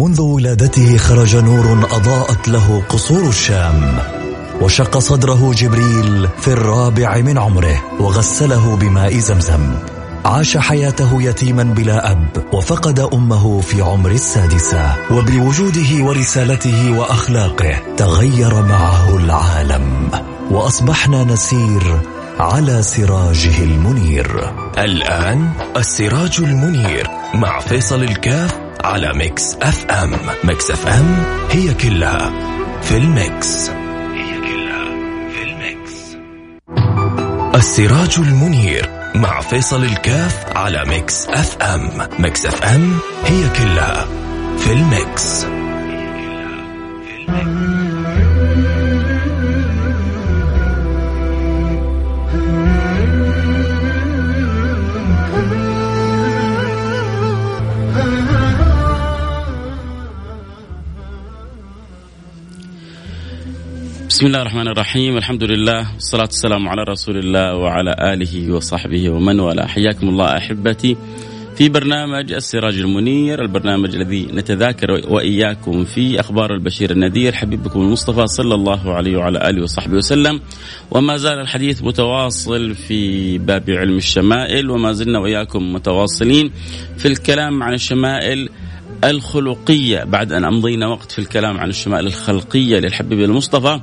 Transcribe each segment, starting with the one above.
ومنذ ولادته خرج نور أضاءت له قصور الشام، وشق صدره جبريل في 4 من عمره وغسله بماء زمزم. عاش حياته يتيما بلا أب، وفقد أمه في عمر 6، وبوجوده ورسالته وأخلاقه تغير معه العالم، وأصبحنا نسير على سراجه المنير. الآن السراج المنير مع فيصل الكاف على ميكس اف ام. ميكس اف ام هي كلها في الميكس. السراج المنير مع فيصل الكاف على ميكس اف ام. ميكس اف ام هي كلها في الميكس. بسم الله الرحمن الرحيم. الحمد لله والصلاة والسلام على رسول الله وعلى آله وصحبه ومن والاه. حياكم الله أحبتي في برنامج السراج المنير، البرنامج الذي نتذاكر وإياكم في أخبار البشير النذير حبيبكم المصطفى صلى الله عليه وعلى آله وصحبه وسلم. وما زال الحديث متواصل في باب علم الشمائل، وما زلنا وإياكم متواصلين في الكلام عن الشمائل الخلقية بعد أن أمضينا وقت في الكلام عن الشمائل الخلقية للحبيب المصطفى.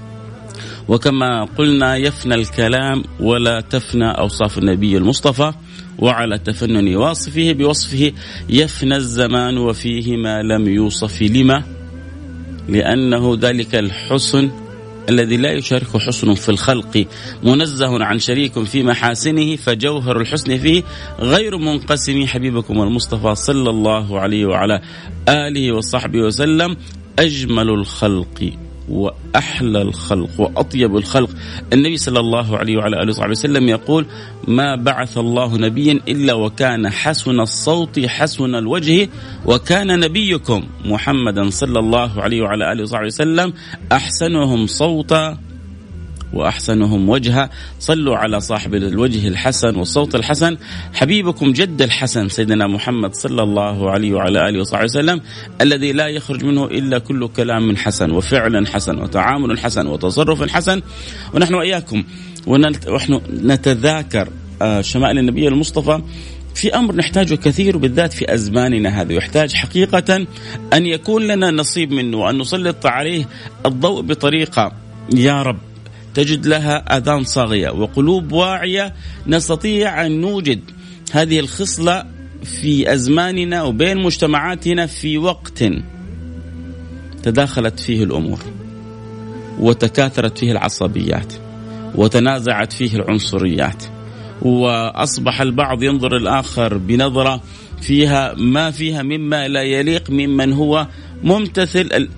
وكما قلنا يفنى الكلام ولا تفنى أوصاف النبي المصطفى، وعلى تفنن واصفه بوصفه يفنى الزمان وفيه ما لم يوصف. لما؟ لأنه ذلك الحسن الذي لا يشاركه حسن في الخلق، منزه عن شريك في محاسنه، فجوهر الحسن فيه غير منقسم. حبيبكم المصطفى صلى الله عليه وعلى آله وصحبه وسلم أجمل الخلق وأحلى الخلق وأطيب الخلق. النبي صلى الله عليه وعلى آله وصحبه وسلم يقول: ما بعث الله نبيا إلا وكان حسن الصوت حسن الوجه، وكان نبيكم محمدا صلى الله عليه وعلى آله وصحبه وسلم أحسنهم صوتا وأحسنهم وجها. صلوا على صاحب الوجه الحسن والصوت الحسن، حبيبكم جد الحسن سيدنا محمد صلى الله عليه وعلى آله وصحبه وسلم، الذي لا يخرج منه إلا كل كلام حسن وفعل حسن وتعامل حسن وتصرف حسن. ونحن وإياكم ونحن نتذاكر شمائل النبي المصطفى في أمر نحتاجه كثير، بالذات في أزماننا هذا، يحتاج حقيقة أن يكون لنا نصيب منه وأن نسلط عليه الضوء بطريقة يا رب تجد لها آذان صاغية وقلوب واعية، نستطيع أن نوجد هذه الخصلة في أزماننا وبين مجتمعاتنا في وقت تداخلت فيه الأمور وتكاثرت فيه العصبيات وتنازعت فيه العنصريات، وأصبح البعض ينظر الآخر بنظرة فيها ما فيها مما لا يليق ممن هو ممتثل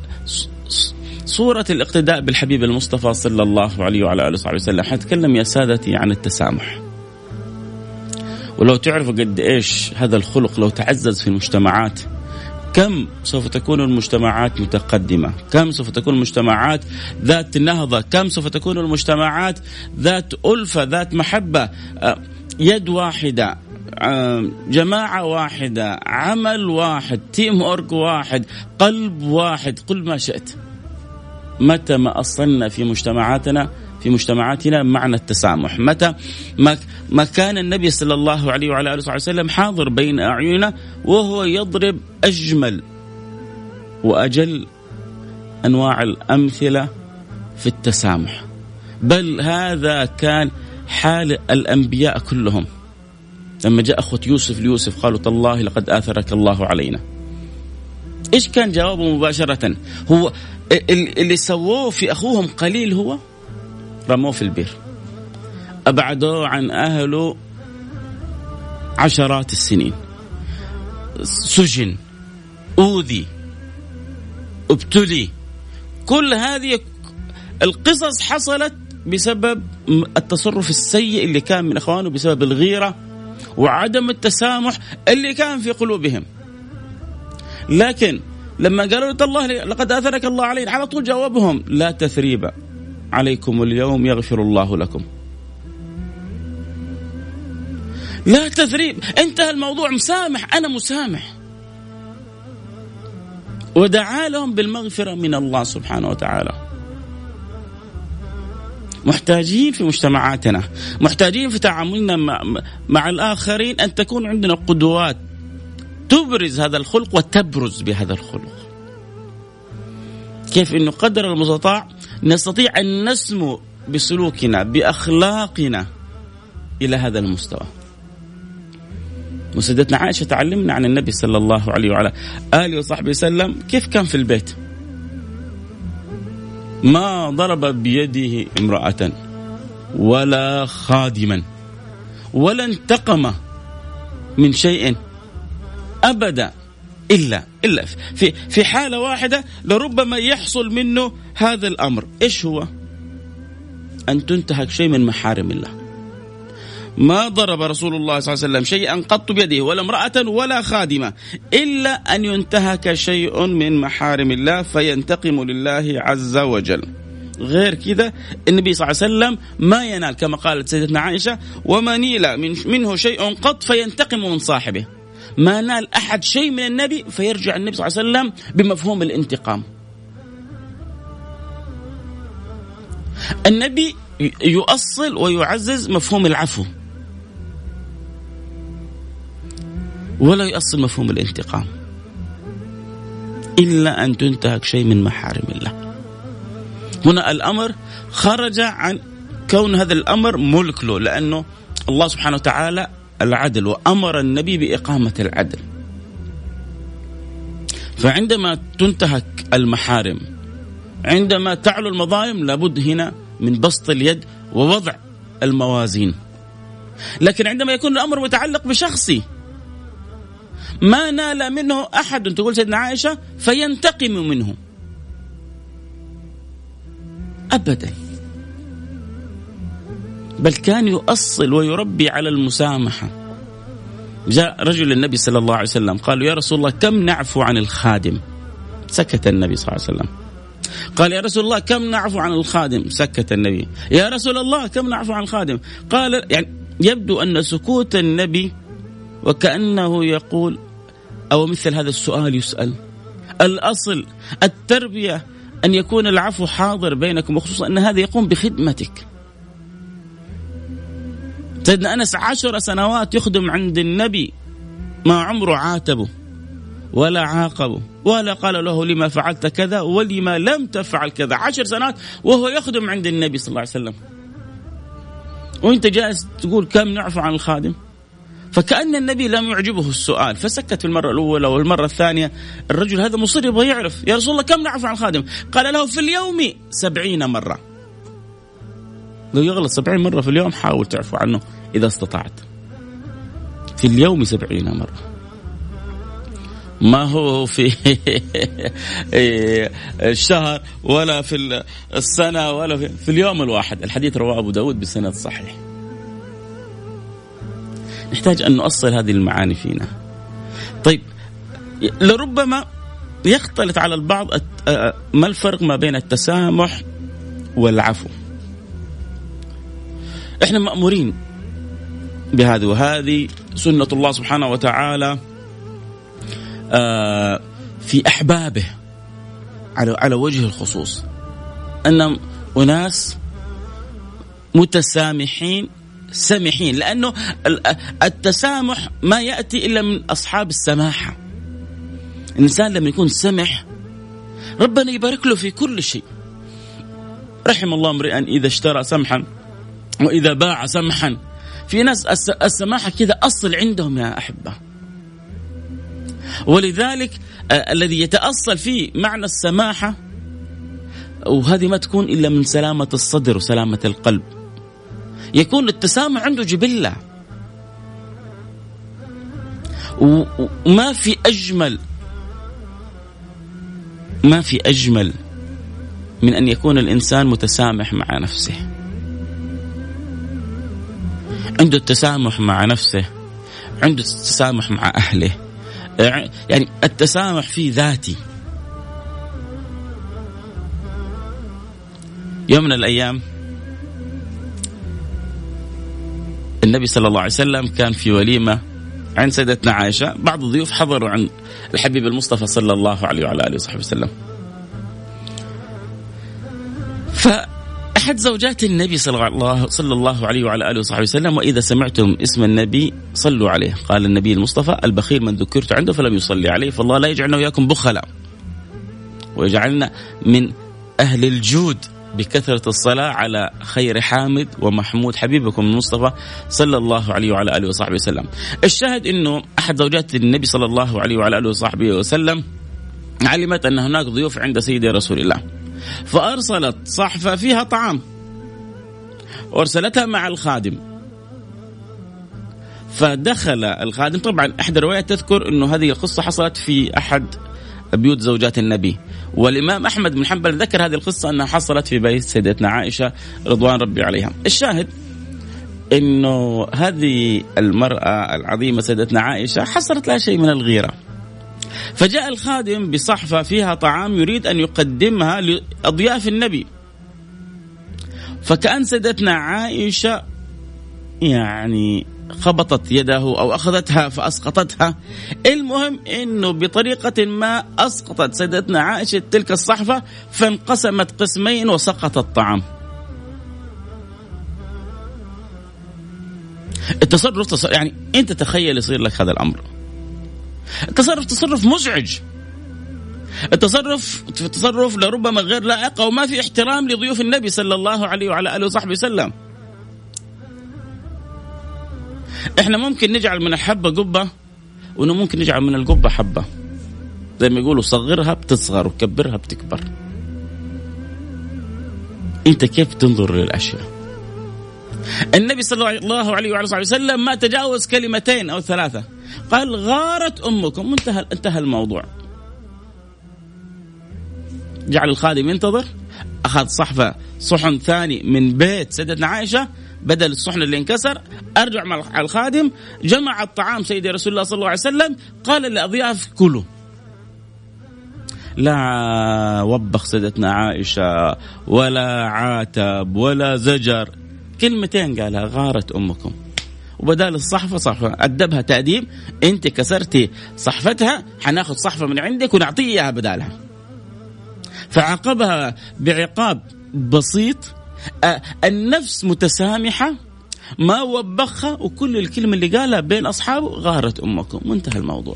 صورة الاقتداء بالحبيب المصطفى صلى الله عليه وعلى آله وصحبه وسلم. حنتكلم يا سادتي عن التسامح، ولو تعرفوا قد إيش هذا الخلق لو تعزز في المجتمعات كم سوف تكون المجتمعات متقدمة، كم سوف تكون المجتمعات ذات نهضة، كم سوف تكون المجتمعات ذات ألفة ذات محبة، يد واحدة، جماعة واحدة، عمل واحد، تيم أورك واحد، قلب واحد، قل ما شئت. متى ما أصلنا في مجتمعاتنا معنى التسامح، متى ما كان النبي صلى الله عليه وعلى آله وسلم حاضر بين أعيننا وهو يضرب أجمل وأجل أنواع الأمثلة في التسامح، بل هذا كان حال الأنبياء كلهم. لما جاء أخوة يوسف ليوسف قالوا: تالله لقد آثرك الله علينا. إيش كان جوابه مباشرة؟ هو اللي سووه في أخوهم قليل، هو رموه في البير، أبعدوه عن أهله عشرات السنين، سجن، أوذي، ابتلي. كل هذه القصص حصلت بسبب التصرف السيء اللي كان من أخوانه، بسبب الغيرة وعدم التسامح اللي كان في قلوبهم. لكن لما قالوا الله لقد آثرك الله علينا، على طول جوابهم: لا تثريب عليكم اليوم يغفر الله لكم. لا تثريب، انتهى الموضوع، مسامح، أنا مسامح. ودعا لهم بالمغفرة من الله سبحانه وتعالى. محتاجين في مجتمعاتنا، محتاجين في تعاملنا مع الآخرين أن تكون عندنا قدوات تبرز هذا الخلق وتبرز بهذا الخلق. كيف إنه قدر المستطاع نستطيع أن نسمو بسلوكنا بأخلاقنا إلى هذا المستوى. وسيدتنا عائشة تعلمنا عن النبي صلى الله عليه وعلى آله وصحبه وسلم كيف كان في البيت. ما ضرب بيده امرأة ولا خادما ولا انتقم من شيء أبدا إلا في حالة واحدة لربما يحصل منه هذا الأمر. إيش هو؟ أن تنتهك شيء من محارم الله. ما ضرب رسول الله صلى الله عليه وسلم شيئا قط بيده ولا امرأة ولا خادمة إلا أن ينتهك شيء من محارم الله فينتقم لله عز وجل. غير كذا النبي صلى الله عليه وسلم ما ينال، كما قالت سيدتنا عائشة: وما نيل منه شيء قط فينتقم من صاحبه. ما نال أحد شيء من النبي فيرجع النبي صلى الله عليه وسلم بمفهوم الانتقام. النبي يؤصل ويعزز مفهوم العفو ولا يؤصل مفهوم الانتقام إلا أن تنتهك شيء من محارم الله. هنا الأمر خرج عن كون هذا الأمر ملك له، لأنه الله سبحانه وتعالى العدل وأمر النبي بإقامة العدل. فعندما تنتهك المحارم، عندما تعلو المظالم، لابد هنا من بسط اليد ووضع الموازين. لكن عندما يكون الأمر متعلق بشخصي ما نال منه أحد، تقول سيدنا عائشة، فينتقم منه أبدا، بل كان يؤصل ويربي على المسامحة. جاء رجل للنبي صلى الله عليه وسلم قالوا: يا رسول الله كم نعفو عن الخادم؟ سكت النبي صلى الله عليه وسلم. قال: يا رسول الله كم نعفو عن الخادم؟ سكت النبي. يا رسول الله كم نعفو عن الخادم؟ قال، يعني يبدو أن سكوت النبي وكأنه يقول أو مثل هذا السؤال يسأل. الأصل التربية أن يكون العفو حاضر بينكم، وخصوصا أن هذا يقوم بخدمتك. سيدنا أنس 10 سنوات يخدم عند النبي، ما عمره عاتبه ولا عاقبه ولا قال له لما فعلت كذا ولما لم تفعل كذا. 10 سنوات وهو يخدم عند النبي صلى الله عليه وسلم، وانت جالس تقول كم نعفو عن الخادم. فكأن النبي لم يعجبه السؤال فسكت في المرة الأولى والمرة الثانية. الرجل هذا مصر يبغى يعرف: يا رسول الله كم نعفو عن الخادم؟ قال له: في اليوم 70 مرة. لو يغلط 70 مرة في اليوم حاول تعفو عنه إذا استطعت. في اليوم 70 مرة، ما هو في الشهر ولا في السنة ولا في اليوم الواحد. الحديث رواه أبو داود بسند صحيح. نحتاج أن نؤصل هذه المعاني فينا. طيب، لربما يختلط على البعض ما الفرق ما بين التسامح والعفو. احنا مأمورين بهذا، وهذه سنة الله سبحانه وتعالى في أحبابه على وجه الخصوص، أن أناس متسامحين سمحين، لأنه التسامح ما يأتي إلا من أصحاب السماحة. الإنسان لما يكون سمح ربنا يبارك له في كل شيء. رحم الله امرئا إذا اشترى سمحا وإذا باع سمحا. في ناس السماحة كذا أصل عندهم يا أحبة، ولذلك الذي يتأصل فيه معنى السماحة، وهذه ما تكون إلا من سلامة الصدر وسلامة القلب. يكون التسامح عنده جبلة، وما في أجمل من أن يكون الإنسان متسامح مع نفسه. عنده التسامح مع نفسه، عنده التسامح مع أهله، يعني التسامح في ذاتي. يوم من الأيام النبي صلى الله عليه وسلم كان في وليمة عند سيدتنا عائشة، بعض الضيوف حضروا عند الحبيب المصطفى صلى الله عليه وعلى آله وصحبه وسلم. فأحد زوجات النبي صلى الله عليه وعلى آله وصحبه وسلم: وإذا سمعتم اسم النبي صلوا عليه. قال النبي المصطفى: البخيل من ذكرت عنده فلم يصلي عليه، فالله لا يجعلنا وإياكم بخلا، ويجعلنا من أهل الجود بكثرة الصلاة على خير حامد ومحمود حبيبكم المصطفى صلى الله عليه وعلى آله وصحبه وسلم. الشاهد أنه أحد زوجات النبي صلى الله عليه وعلى آله وصحبه وسلم علمت أن هناك ضيوف عند سيدي رسول الله، فأرسلت صحفة فيها طعام وأرسلتها مع الخادم. فدخل الخادم، طبعا أحد الروايات تذكر أنه هذه القصة حصلت في أحد بيوت زوجات النبي، والإمام أحمد بن حنبل ذكر هذه القصة أنها حصلت في بيت سيدتنا عائشة رضوان ربي عليها. الشاهد أنه هذه المرأة العظيمة سيدتنا عائشة حصلت لها شيء من الغيرة، فجاء الخادم بصحفة فيها طعام يريد أن يقدمها لأضياف النبي، فكأن سيدتنا عائشة يعني خبطت يده أو أخذتها فأسقطتها. المهم أنه بطريقة ما أسقطت سيدتنا عائشة تلك الصحفة، فانقسمت قسمين وسقط الطعام. التصرف يعني أنت تخيل يصير لك هذا الأمر. تصرف مزعج، التصرف لربما غير لائق وما في احترام لضيوف النبي صلى الله عليه وعلى آله وصحبه وسلم. احنا ممكن نجعل من الحبة قبة، وانه ممكن نجعل من القبة حبة، زي ما يقولوا صغرها بتصغر وكبرها بتكبر. انت كيف تنظر للأشياء؟ النبي صلى الله عليه وعلى آله وسلم ما تجاوز كلمتين أو ثلاثة، قال: غارت أمكم، انتهى الموضوع. جعل الخادم ينتظر، أخذ صحن ثاني من بيت سيدتنا عائشة بدل الصحن اللي انكسر، أرجع مع الخادم، جمع الطعام سيدي رسول الله صلى الله عليه وسلم، قال للأضياف: كلوا. لا وبخ سيدتنا عائشة ولا عاتب ولا زجر، كلمتين قالها: غارت أمكم. وبدال الصحفة صحفة، أدبها تأديب، أنت كسرتي صحفتها، حناخد صحفة من عندك ونعطيه إياها بدالها. فعاقبها بعقاب بسيط، النفس متسامحة، ما وبخها، وكل الكلمة اللي قالها بين أصحابه: غارت أمكم، وانتهى الموضوع.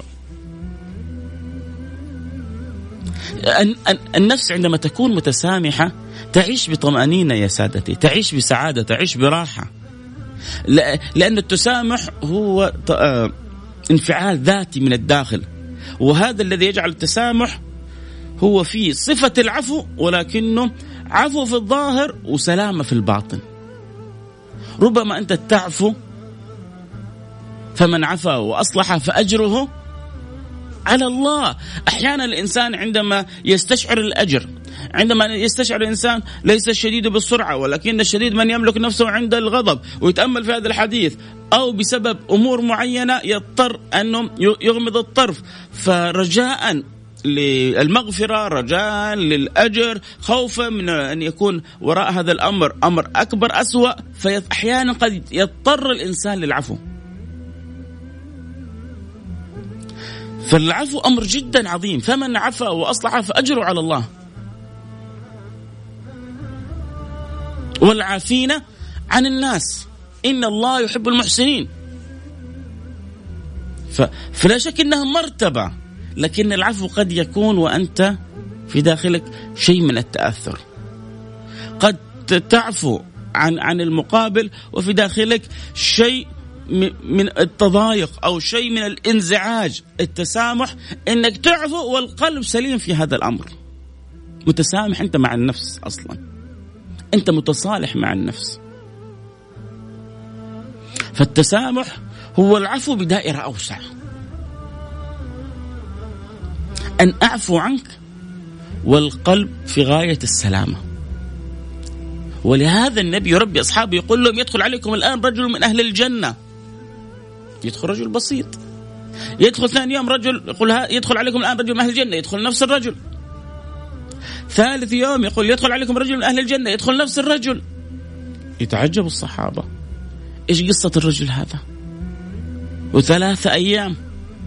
النفس عندما تكون متسامحة تعيش بطمأنينة يا سادتي، تعيش بسعادة، تعيش براحة، لأن التسامح هو انفعال ذاتي من الداخل، وهذا الذي يجعل التسامح هو فيه صفة العفو، ولكنه عفو في الظاهر وسلامة في الباطن. ربما أنت تعفو، فمن عفا وأصلح فأجره على الله. أحيانا الإنسان عندما يستشعر الأجر، عندما يستشعر الإنسان ليس الشديد بالسرعة ولكن الشديد من يملك نفسه عند الغضب، ويتأمل في هذا الحديث، أو بسبب أمور معينة يضطر أنه يغمض الطرف، فرجاء للمغفرة، رجاء للأجر، خوفا من أن يكون وراء هذا الأمر أمر أكبر أسوأ، فأحيانا قد يضطر الإنسان للعفو. فالعفو أمر جدا عظيم، فمن عفا وأصلح فأجره على الله. والعافين عن الناس إن الله يحب المحسنين. فلا شك إنها مرتبة، لكن العفو قد يكون وأنت في داخلك شيء من التأثر، قد تعفو عن المقابل وفي داخلك شيء من التضايق أو شيء من الانزعاج. التسامح إنك تعفو والقلب سليم في هذا الأمر، متسامح أنت مع النفس، أصلا أنت متصالح مع النفس. فالتسامح هو العفو بدائرة أوسع، أن أعفو عنك والقلب في غاية السلامة. ولهذا النبي يربي أصحابه، يقول لهم: يدخل عليكم الآن رجل من أهل الجنة. يدخل رجل بسيط، يدخل ثاني يوم رجل، يقول يدخل عليكم الآن رجل من أهل الجنة، يدخل نفس الرجل. ثالث يوم يقول: يدخل عليكم رجل من أهل الجنة، يدخل نفس الرجل. يتعجب الصحابة: إيش قصة الرجل هذا؟ و3 أيام.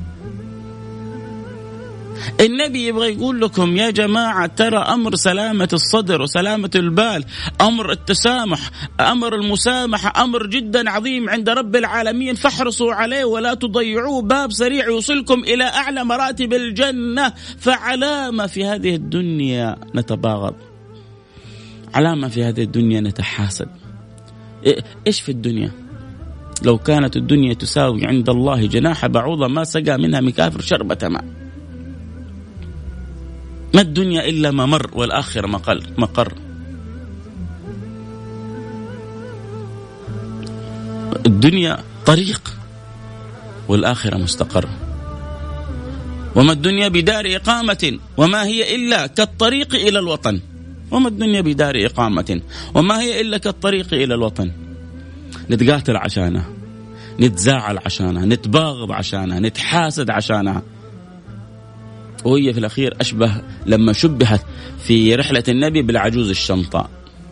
النبي يبغى يقول لكم يا جماعة ترى أمر سلامة الصدر وسلامة البال، أمر التسامح، أمر المسامحة، أمر جدا عظيم عند رب العالمين، فاحرصوا عليه ولا تضيعوه، باب سريع يوصلكم إلى أعلى مراتب الجنة. فعلامة في هذه الدنيا نتباغض، علامة في هذه الدنيا نتحاسد. إيش في الدنيا؟ لو كانت الدنيا تساوي عند الله جناح بعوضة ما سقى منها مكافر شربة ماء. ما الدنيا إلا ممر والآخرة مقر. الدنيا طريق والآخرة مستقر. وما الدنيا بدار إقامة وما هي إلا كالطريق إلى الوطن. وما الدنيا بدار إقامة وما هي إلا كالطريق إلى الوطن. نتقاتل عشانها، نتزاعل عشانها، نتباغض عشانها، نتحاسد عشانها، وهي في الأخير أشبه لما شبهت في رحلة النبي بالعجوز الشمطاء.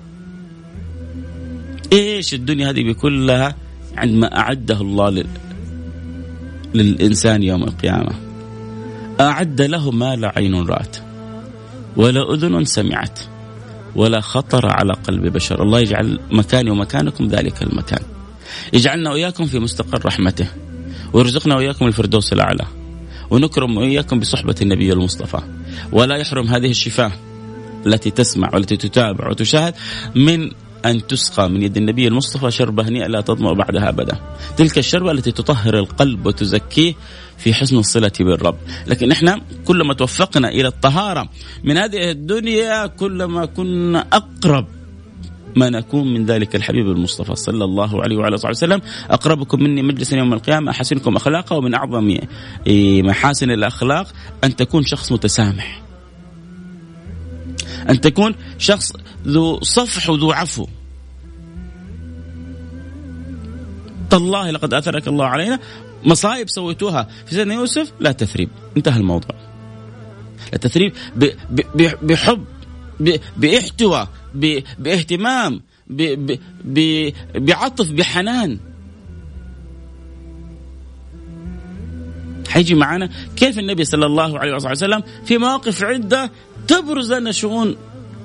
إيش الدنيا هذه بكلها عندما أعده الله للإنسان يوم القيامة؟ أعد له ما لا عين رأت ولا أذن سمعت ولا خطر على قلب بشر. الله يجعل مكاني ومكانكم ذلك المكان، يجعلنا وإياكم في مستقر رحمته، ويرزقنا وإياكم الفردوس الأعلى، ونكرم وإياكم بصحبة النبي المصطفى، ولا يحرم هذه الشفاة التي تسمع والتي تتابع وتشاهد من أن تسقى من يد النبي المصطفى شربة هنيئة لا تظمأ بعدها أبدا. تلك الشربة التي تطهر القلب وتزكيه في حسن الصلة بالرب. لكن إحنا كلما توفقنا إلى الطهارة من هذه الدنيا كلما كنا أقرب ما نكون من ذلك الحبيب المصطفى صلى الله عليه وعلى آله وسلم. أقربكم مني مجلسا يوم القيامة أحسنكم أخلاقا. ومن أعظم محاسن الأخلاق أن تكون شخص متسامح، أن تكون شخص ذو صفح وذو عفو. تالله لقد أثرك الله علينا، مصايب سويتوها في سيدنا يوسف لا تثريب، انتهى الموضوع. لا تثريب، بحب، باحتواء، باهتمام، بعطف، بحنان. حيجي معنا كيف النبي صلى الله عليه وسلم في مواقف عدة تبرز لنا شؤون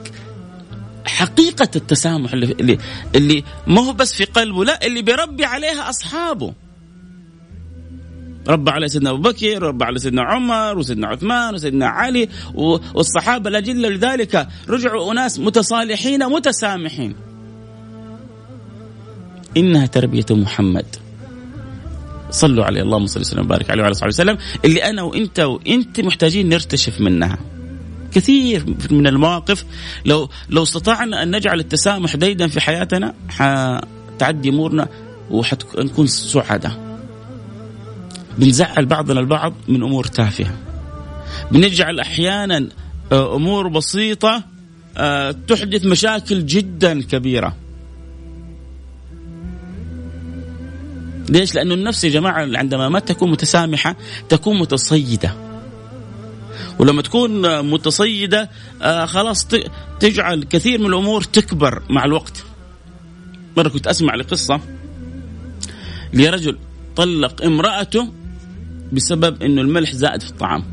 حقيقة التسامح اللي ما هو بس في قلبه، لا، اللي بيربي عليها أصحابه. رب على سيدنا أبو بكر، رب على سيدنا عمر وسيدنا عثمان وسيدنا علي والصحابة الأجلة. لذلك رجعوا أناس متصالحين متسامحين. إنها تربية محمد صلوا عليه اللهم صل وسلم وبارك عليه وعلى صحبه وسلم، اللي أنا وإنت محتاجين نرتشف منها. كثير من المواقف لو استطعنا أن نجعل التسامح ديدا في حياتنا حتعدي أمورنا وحنكون سعداء. بنزعل بعضنا البعض من أمور تافهة، بنجعل أحيانا أمور بسيطة تحدث مشاكل جدا كبيرة. ليش؟ لأنه النفس يا جماعة عندما ما تكون متسامحة تكون متصيدة، ولما تكون متصيدة خلاص تجعل كثير من الأمور تكبر مع الوقت. مرة كنت أسمع لقصة لرجل طلق امرأته بسبب إنه الملح زائد في الطعام.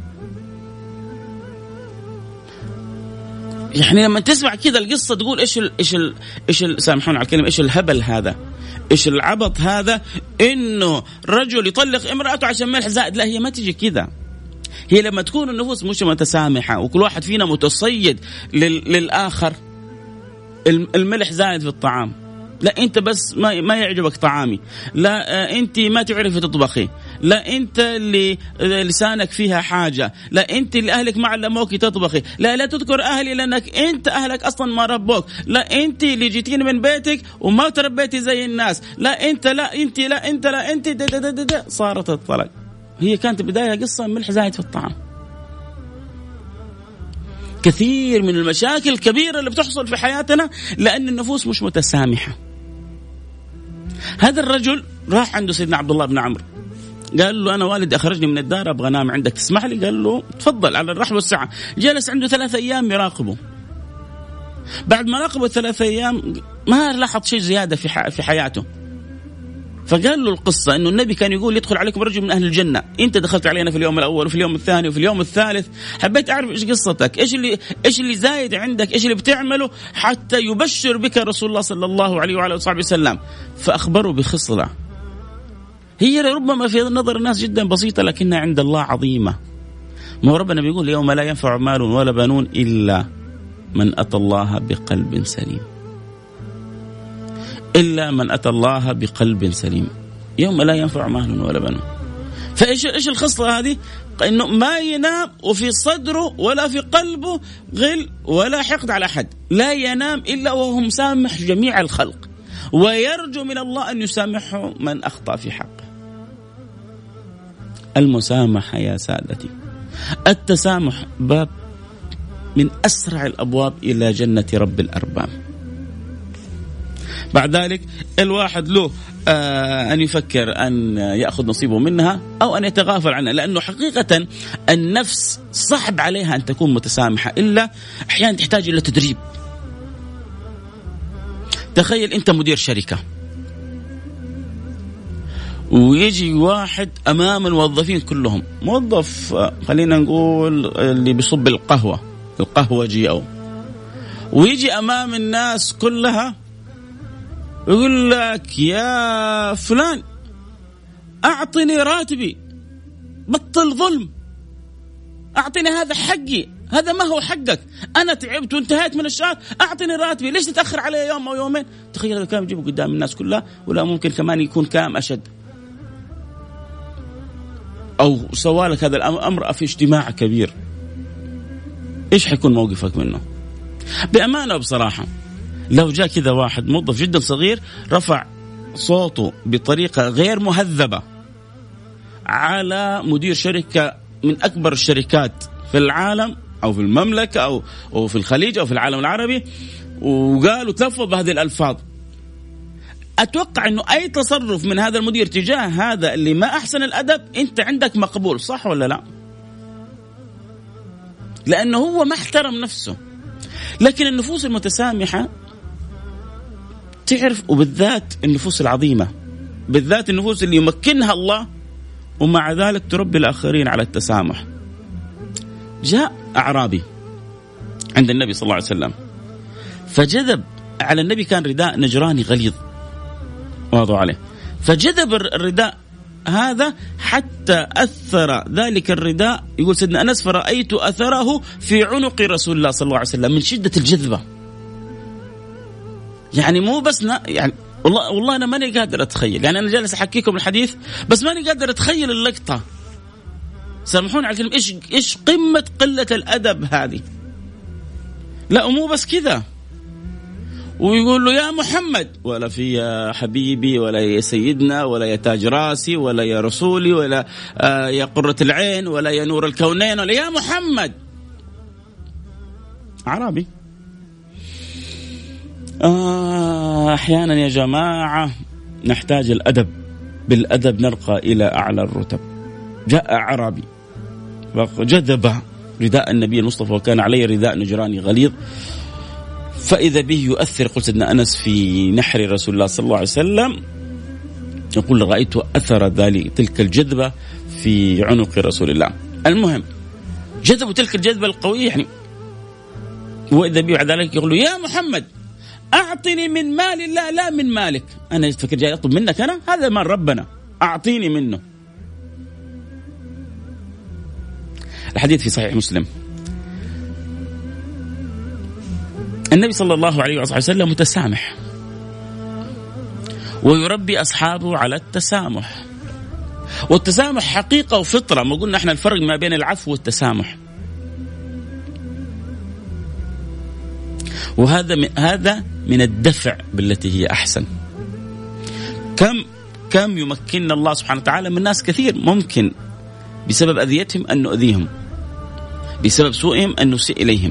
يعني لما تسمع كذا القصة تقول إيش سامحوني على الكلمة، إيش الهبل هذا، إيش العبط هذا، إنه رجل يطلق امرأته عشان ملح زائد. لا، هي ما تيجي كذا. هي لما تكون النفوس مش متسامحة وكل واحد فينا متصيد للآخر، الملح زائد في الطعام، لا أنت بس ما يعجبك طعامي، لا أنت ما تعرفي تطبخي، لا أنت اللي لسانك فيها حاجة، لا أنت اللي أهلك ما علموك تطبخي، لا تذكر أهلي لأنك أنت أهلك أصلا ما ربوك، لا أنت اللي جيتين من بيتك وما تربيتي زي الناس، لا أنت لا أنت لا أنت لا أنت دا. صارت الطلاق. هي كانت بداية قصة ملح زايد في الطعام. كثير من المشاكل الكبيرة اللي بتحصل في حياتنا لأن النفوس مش متسامحة. هذا الرجل راح عنده سيدنا عبد الله بن عمرو، قال له أنا والدي أخرجني من الدار أبغى أنام عندك، تسمح لي؟ قال له تفضل على الرحب والسعة. جلس عنده 3 أيام يراقبه. بعد ما راقبه 3 أيام ما لاحظ شيء زيادة في حياته. فقال له القصة إنه النبي كان يقول يدخل عليكم رجل من أهل الجنة، أنت دخلت علينا في اليوم الأول وفي اليوم الثاني وفي اليوم الثالث، حبيت أعرف إيش قصتك، إيش اللي زايد عندك، إيش اللي بتعمله حتى يبشر بك رسول الله صلى الله عليه وعلى وصحبه وسلم. فأخبره بخصلة هي ربما في نظر الناس جدا بسيطة لكنها عند الله عظيمة. ما هو ربنا بيقول يوم لا ينفع مال ولا بنون إلا من أتى الله بقلب سليم، إلا من أتى الله بقلب سليم، يوم لا ينفع مال ولا بنون. فإيش الخصلة هذه؟ إنه ما ينام وفي صدره ولا في قلبه غل ولا حقد على أحد، لا ينام إلا وهو مسامح جميع الخلق ويرجو من الله أن يسامحه من أخطأ في حقه. المسامحة يا سادتي، التسامح باب من أسرع الأبواب إلى جنة رب الأرباب. بعد ذلك الواحد له أن يفكر أن يأخذ نصيبه منها أو أن يتغافل عنها، لأنه حقيقة النفس صعب عليها أن تكون متسامحة، إلا أحيانا تحتاج إلى تدريب. تخيل أنت مدير شركة ويجي واحد أمام الموظفين كلهم، موظف خلينا نقول اللي بيصب القهوجي ويجي أمام الناس كلها يقول لك يا فلان أعطني راتبي، بطل ظلم، أعطني هذا حقي، هذا ما هو حقك، أنا تعبت وانتهيت من الشهر، أعطني راتبي، ليش تتأخر علي يوم أو يومين؟ تخيل هذا الكلام يجيبه قدام الناس كلها، ولا ممكن كمان يكون كلام أشد، أو سوالك هذا الأمر في اجتماع كبير، إيش حيكون موقفك منه؟ بأمانة وبصراحة لو جاء كذا واحد موظف جدا صغير رفع صوته بطريقة غير مهذبة على مدير شركة من أكبر الشركات في العالم أو في المملكة أو في الخليج أو في العالم العربي، وقالوا تلفظ بهذه الألفاظ، أتوقع أنه أي تصرف من هذا المدير تجاه هذا اللي ما أحسن الأدب أنت عندك مقبول، صح ولا لا؟ لأنه هو ما احترم نفسه. لكن النفوس المتسامحة تعرف، وبالذات النفوس العظيمة، بالذات النفوس اللي يمكنها الله ومع ذلك تربي الآخرين على التسامح. جاء أعرابي عند النبي صلى الله عليه وسلم فجذب على النبي، كان رداء نجراني غليظ وضعوا عليه، فجذب الرداء هذا حتى أثر ذلك الرداء، يقول سيدنا أنس فرأيت أثره في عنق رسول الله صلى الله عليه وسلم من شدة الجذبة. يعني مو بس يعني والله أنا ماني قادر أتخيل، يعني أنا جالس أحكيكم الحديث بس ماني قادر أتخيل اللقطة، سامحوني على الكلمة، إيش قمة قلة الأدب هذه. لا ومو بس كذا، ويقول له يا محمد، ولا في يا حبيبي ولا يا سيدنا ولا يا تاج راسي ولا يا رسولي ولا يا قرة العين ولا يا نور الكونين ولا يا محمد. عربي. أحيانا يا جماعة نحتاج الأدب، بالأدب نرقى إلى أعلى الرتب. جاء عربي جذب رداء النبي المصطفى وكان عليه رداء نجراني غليظ، فإذا به يؤثر، قلت سيدنا أنس في نحر رسول الله صلى الله عليه وسلم، يقول رأيت أثر ذلك تلك الجذبة في عنق رسول الله. المهم جذبوا تلك الجذبة القوية يعني، وإذا به بعد ذلك يقول له يا محمد أعطني من مال الله لا من مالك. أنا فكر جاي أطلب منك، أنا هذا مال ربنا أعطيني منه. الحديث في صحيح مسلم، النبي صلى الله عليه وسلم متسامح ويربي أصحابه على التسامح، والتسامح حقيقة وفطرة. ما قلنا احنا الفرق ما بين العفو والتسامح، وهذا من الدفع بالتي هي أحسن. كم يمكننا الله سبحانه وتعالى من ناس كثير ممكن بسبب أذيتهم أن نؤذيهم، بسبب سوءهم أن نسيء إليهم،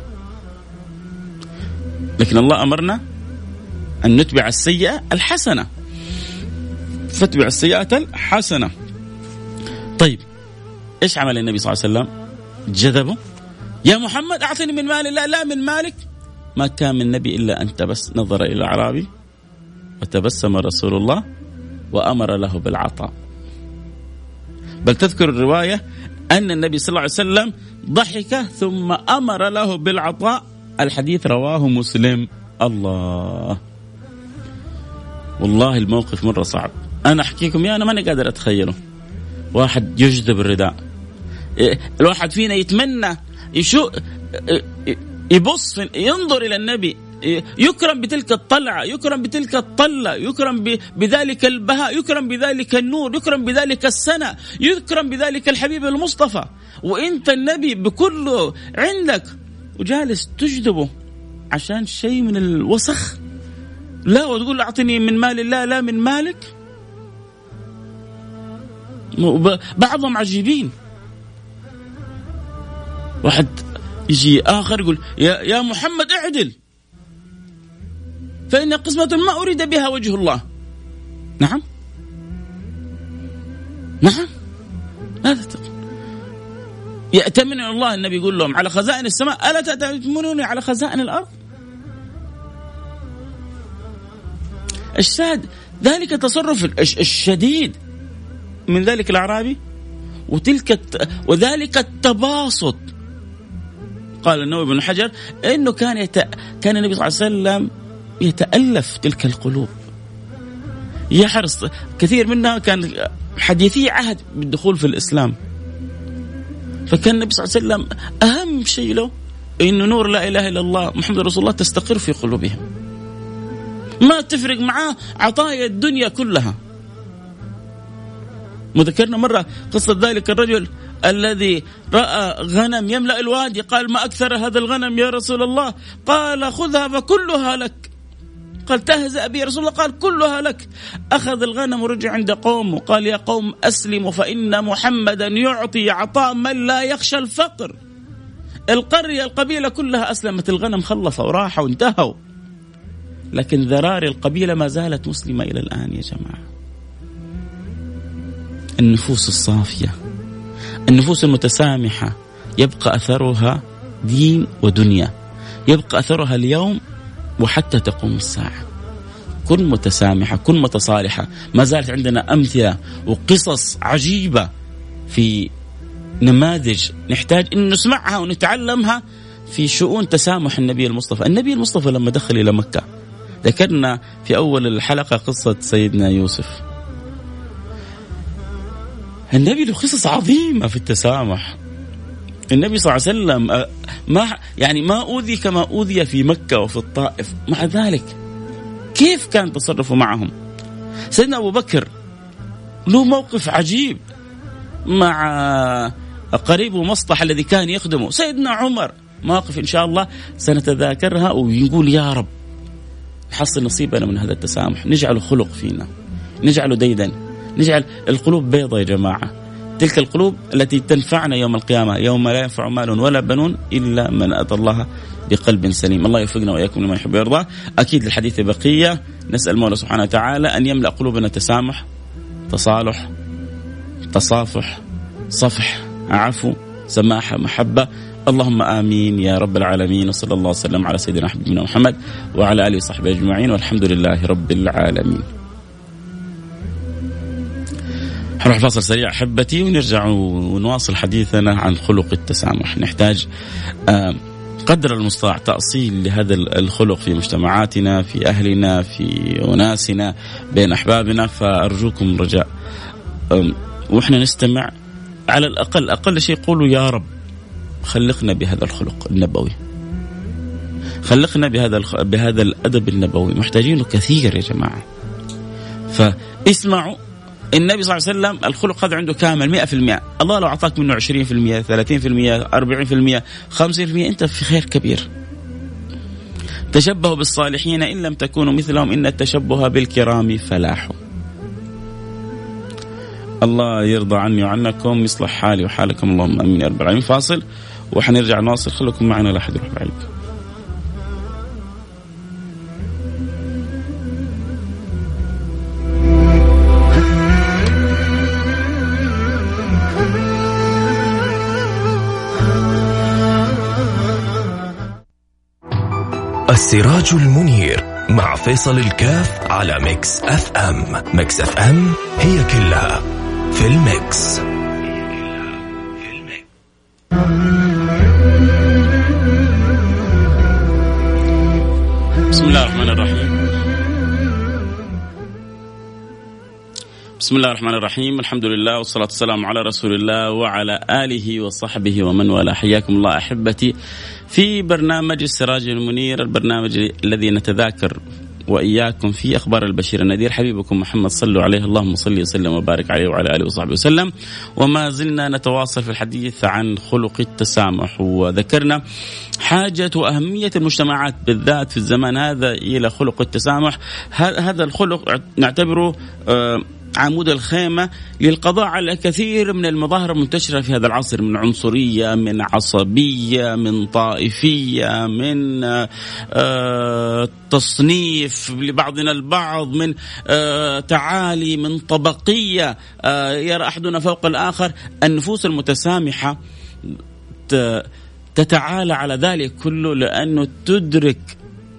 لكن الله أمرنا أن نتبع السيئة الحسنة، فاتبع السيئة الحسنة. طيب إيش عمل النبي صلى الله عليه وسلم؟ جذبه يا محمد أعطني من مال الله لا من مالك. ما كان من النبي إلا أن نظر إلى أعرابي وتبسم رسول الله وأمر له بالعطاء. بل تذكر الرواية أن النبي صلى الله عليه وسلم ضحك ثم أمر له بالعطاء. الحديث رواه مسلم. الله، والله الموقف مرة صعب. أنا أحكيكم أنا ماني قادر أتخيله. واحد يجذب الرداء، الواحد فينا يتمنى يبص ينظر إلى النبي، يكرم بتلك الطلعة، يكرم بتلك الطلة، يكرم بذلك البهاء، يكرم بذلك النور، يكرم بذلك السنة، يكرم بذلك الحبيب المصطفى، وإنت النبي بكله عندك وجالس تجذبه عشان شيء من الوسخ. لا، وتقول له أعطني من مال الله لا من مالك. بعضهم عجيبين. واحد يجي آخر يقول يا محمد اعدل فإن قسمة ما أريد بها وجه الله. نعم نعم، ماذا تقول؟ يأتمن الله، النبي يقول لهم على خزائن السماء ألا تأتمنوني على خزائن الأرض؟ الشاهد ذلك تصرف الشديد من ذلك الأعرابي وذلك التباسط. قال النووي بن حجر إنه كان النبي صلى الله عليه وسلم يتألف تلك القلوب، يحرص. كثير منها كان حديثي عهد بالدخول في الإسلام، فكان النبي صلى الله عليه وسلم أهم شيء له إنه نور لا إله إلا الله محمد رسول الله تستقر في قلوبهم. ما تفرق معاه عطايا الدنيا كلها. مذكرنا مرة قصة ذلك الرجل الذي رأى غنم يملأ الوادي، قال ما أكثر هذا الغنم يا رسول الله؟ قال خذها فكلها لك. قال تهزأ بي يا رسول الله؟ قال كلها لك. أخذ الغنم ورجع عند قوم وقال يا قوم أسلموا فإن محمدا يعطي عطاء من لا يخشى الفقر. القرية القبيلة كلها أسلمت، الغنم خلص وراحوا وانتهوا، لكن ذرار القبيلة ما زالت مسلمة إلى الآن. يا جماعة، النفوس الصافية، النفوس المتسامحة يبقى أثرها دين ودنيا، يبقى أثرها اليوم وحتى تقوم الساعة. كن متسامحة، كن متصالحة. ما زالت عندنا أمثلة وقصص عجيبة في نماذج نحتاج أن نسمعها ونتعلمها في شؤون تسامح النبي المصطفى. النبي المصطفى لما دخل إلى مكة، ذكرنا في أول الحلقة قصة سيدنا يوسف. النبي له قصص عظيمة في التسامح. النبي صلى الله عليه وسلم ما أوذي كما أوذي في مكة وفي الطائف، مع ذلك كيف كان تصرفه معهم؟ سيدنا أبو بكر له موقف عجيب مع قريبه مصطح الذي كان يخدمه. سيدنا عمر مواقف إن شاء الله سنتذاكرها ونقول يا رب نحصل نصيبنا من هذا التسامح، نجعله خلق فينا، نجعله ديدا، نجعل القلوب بيضة يا جماعة. تلك القلوب التي تنفعنا يوم القيامة، يوم لا ينفع مال ولا بنون إلا من أتى الله بقلب سليم. الله يوفقنا وإياكم لما يحب ويرضى. أكيد الحديث بقية، نسأل الله سبحانه وتعالى أن يملأ قلوبنا تسامح، تصالح، تصافح، صفح، عفو، سماحة، محبة. اللهم آمين يا رب العالمين. وصلى الله وسلم على سيدنا حبيبنا محمد وعلى آله وصحبه أجمعين، والحمد لله رب العالمين. هنروح فاصل سريع أحبتي ونرجع ونواصل حديثنا عن خلق التسامح. نحتاج قدر المستطاع تأصيل لهذا الخلق في مجتمعاتنا، في أهلنا، في أناسنا، بين أحبابنا. فأرجوكم رجاء وإحنا نستمع على الأقل أقل شيء قولوا يا رب خلقنا بهذا الخلق النبوي، خلقنا بهذا الأدب النبوي. محتاجينه كثير يا جماعة. فاسمعوا النبي صلى الله عليه وسلم الخلق هذا عنده كامل 100%. الله لو أعطاك منه 20%، 30%، 40%، 50%، أنت في خير كبير. تشبهوا بالصالحين إن لم تكونوا مثلهم إن التشبه بالكرام فلاح. الله يرضى عني وعنكم، يصلح حالي وحالكم، اللهم امين يا رب العالمين. فاصل وحنرجع نواصل. خليكم معنا لا أحد يروح بعيد. السراج المنير مع فيصل الكاف على ميكس اف ام. ميكس اف ام هي كلها في الميكس. بسم الله الرحمن الرحيم. بسم الله الرحمن الرحيم. الحمد لله والصلاة والسلام على رسول الله وعلى آله وصحبه ومن والاه. حياكم الله أحبتي في برنامج السراج المنير، البرنامج الذي نتذاكر وإياكم في أخبار البشير النذير. حبيبكم محمد صلوا عليه، اللهم صل وسلم وبارك عليه وعلى آله وصحبه وسلم. وما زلنا نتواصل في الحديث عن خلق التسامح، وذكرنا حاجة وأهمية المجتمعات بالذات في الزمان هذا إلى خلق التسامح. هذا الخلق نعتبره عمود الخيمة للقضاء على كثير من المظاهر المنتشرة في هذا العصر، من عنصرية، من عصبية، من طائفية، من تصنيف لبعضنا البعض، من تعالي، من طبقية يرى أحدنا فوق الآخر. النفوس المتسامحة تتعالى على ذلك كله، لأنه تدرك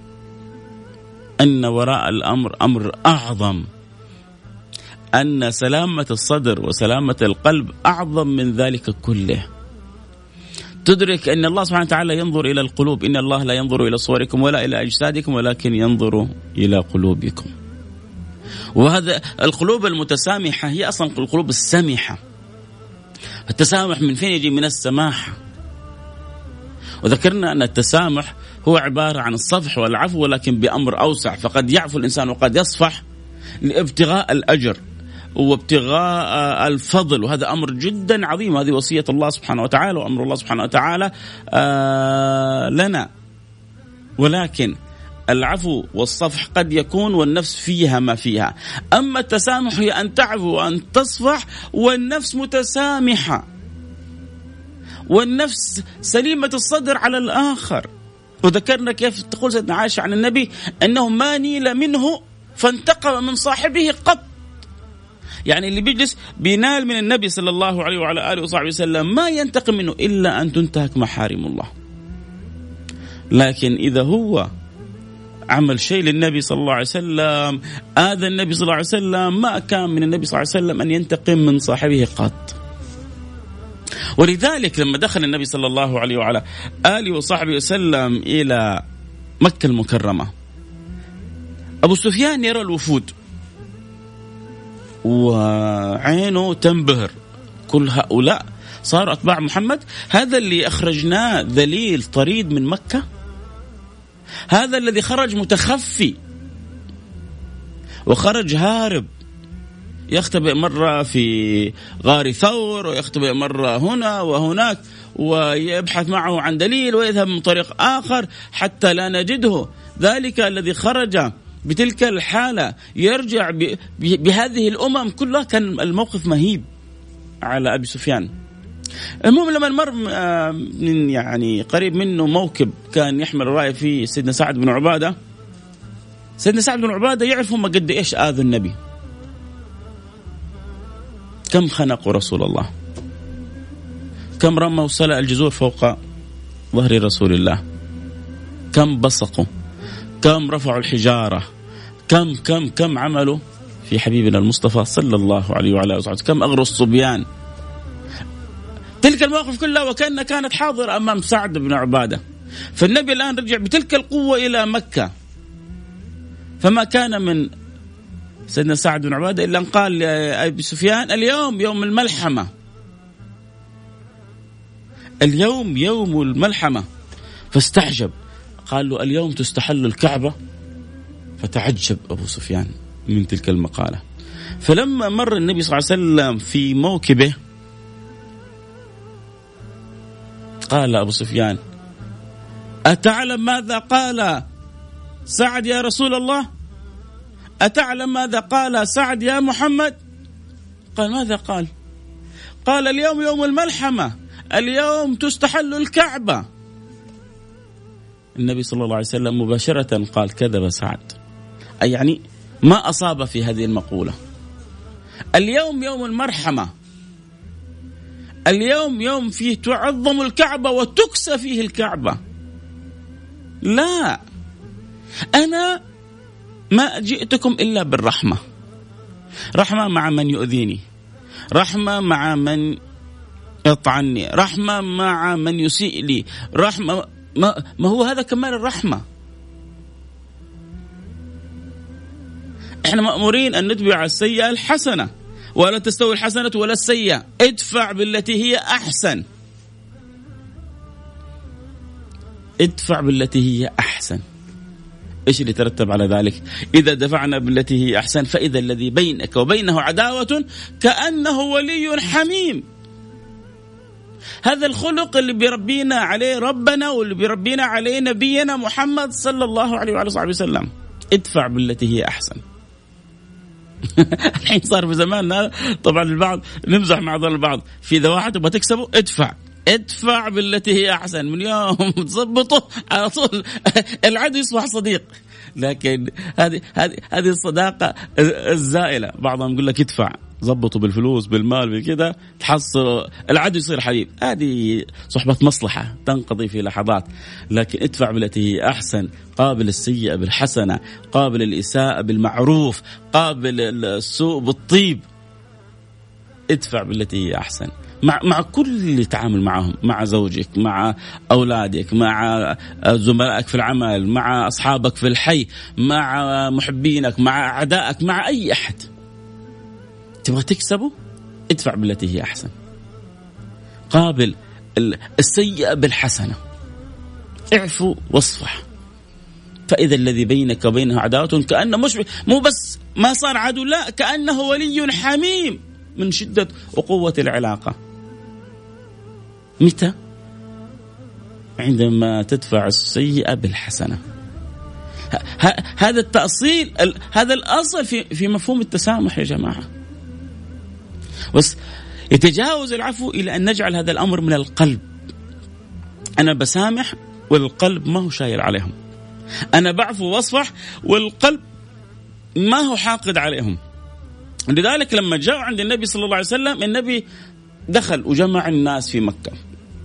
أن وراء الأمر أمر أعظم، أن سلامة الصدر وسلامة القلب أعظم من ذلك كله. تدرك أن الله سبحانه وتعالى ينظر إلى القلوب، إن الله لا ينظر إلى صوركم ولا إلى أجسادكم ولكن ينظر إلى قلوبكم. وهذا القلوب المتسامحة هي أصلا القلوب السمحة. التسامح من فين يجي؟ من السماحة. وذكرنا أن التسامح هو عبارة عن الصفح والعفو، ولكن بأمر أوسع، فقد يعفو الإنسان وقد يصفح لابتغاء الأجر وابتغاء الفضل، وهذا أمر جدا عظيم. هذه وصية الله سبحانه وتعالى وأمر الله سبحانه وتعالى لنا. ولكن العفو والصفح قد يكون والنفس فيها ما فيها. أما التسامح هي أن تعفو وأن تصفح والنفس متسامحة، والنفس سليمة الصدر على الآخر. وذكرنا كيف تقول سيدنا عائشة عن النبي أنه ما نيل منه فانتقم من صاحبه قط. يعني اللي بيجلس بينال من النبي صلى الله عليه وعلى آله وصحبه وسلم ما ينتقم منه إلا أن تنتهك محارم الله. لكن إذا هو عمل شيء للنبي صلى الله عليه وسلم، آذى النبي صلى الله عليه وسلم، ما كان من النبي صلى الله عليه وسلم أن ينتقم من صاحبه قط. ولذلك لما دخل النبي صلى الله عليه وعلى آله وصحبه وسلم إلى مكة المكرمة، أبو سفيان يرى الوفود وعينه تنبهر. كل هؤلاء صاروا أتباع محمد؟ هذا اللي أخرجناه ذليل طريد من مكة؟ هذا الذي خرج متخفي وخرج هارب، يختبئ مرة في غار ثور ويختبئ مرة هنا وهناك، ويبحث معه عن دليل ويذهب من طريق آخر حتى لا نجده. ذلك الذي خرج بتلك الحالة يرجع بهذه الأمم كلها. كان الموقف مهيب على أبي سفيان. المهم لما مر من يعني قريب منه موكب كان يحمل الراية فيه سيدنا سعد بن عبادة. سيدنا سعد بن عبادة يعرف هم قد إيش آذوا النبي، كم خنقوا رسول الله، كم رموا سلأ الجزور فوق ظهر رسول الله، كم بصقوا، كم رفعوا الحجارة، كم عملوا في حبيبنا المصطفى صلى الله عليه وعلى آله وسلم، كم أغروا الصبيان. تلك المواقف كلها وكأنها كانت حاضرة أمام سعد بن عبادة. فالنبي الآن رجع بتلك القوة إلى مكة، فما كان من سيدنا سعد بن عبادة إلا أن قال لأبي سفيان اليوم يوم الملحمة، اليوم يوم الملحمة. فاستعجب، قال له اليوم تستحل الكعبة. فتعجب أبو سفيان من تلك المقالة. فلما مر النبي صلى الله عليه وسلم في موكبه قال أبو سفيان أتعلم ماذا قال سعد يا رسول الله؟ أتعلم ماذا قال سعد يا محمد؟ قال ماذا قال؟ قال اليوم يوم الملحمة، اليوم تستحل الكعبة. النبي صلى الله عليه وسلم مباشرة قال كذب سعد، أي يعني ما أصاب في هذه المقولة. اليوم يوم المرحمة، اليوم يوم فيه تعظم الكعبة وتكسى فيه الكعبة. لا، أنا ما جئتكم إلا بالرحمة، رحمة مع من يؤذيني، رحمة مع من يطعني، رحمة مع من يسيء لي، رحمة ما هو هذا كمال الرحمة. احنا مأمورين أن نتبع السيئة الحسنة، ولا تستوي الحسنة ولا السيئة، ادفع بالتي هي أحسن، ادفع بالتي هي أحسن. إيش اللي ترتب على ذلك؟ إذا دفعنا بالتي هي أحسن فإذا الذي بينك وبينه عداوة كأنه ولي حميم. هذا الخلق اللي بيربينا عليه ربنا واللي بيربينا عليه نبينا محمد صلى الله عليه وعلى صحبه وسلم. ادفع بالتي هي أحسن. الحين صار في زماننا طبعا البعض نمزح مع البعض، في ذا واحد تبغى تكسبه ادفع بالتي هي أحسن، من يوم تضبطه على طول العدو يصبح صديق. لكن هذه الصداقة الزائلة. بعضهم يقول لك ادفع، ضبطه بالفلوس بالمال بالكذا، تحصل العدو يصير حبيب. هذه صحبة مصلحة تنقضي في لحظات. لكن ادفع بالتي هي أحسن، قابل السيئة بالحسنة، قابل الإساءة بالمعروف، قابل السوء بالطيب. ادفع بالتي هي أحسن مع كل اللي تعامل معهم، مع زوجك، مع أولادك، مع زملائك في العمل، مع أصحابك في الحي، مع محبينك، مع أعدائك، مع أي أحد. تبغى تكسبه ادفع بالتي هي أحسن، قابل السيئة بالحسنة، اعفو واصفح، فإذا الذي بينك وبينه عداوة كأنه مو بس ما صار عدو، لا كأنه ولي حميم من شدة وقوة العلاقة. متى؟ عندما تدفع السيئة بالحسنة. هذا التأصيل، هذا الأصل في مفهوم التسامح يا جماعة. بس يتجاوز العفو إلى أن نجعل هذا الأمر من القلب. أنا بسامح والقلب ما هو شايل عليهم، أنا بعفو واصفح والقلب ما هو حاقد عليهم. لذلك لما جاءوا عند النبي صلى الله عليه وسلم، النبي دخل وجمع الناس في مكة،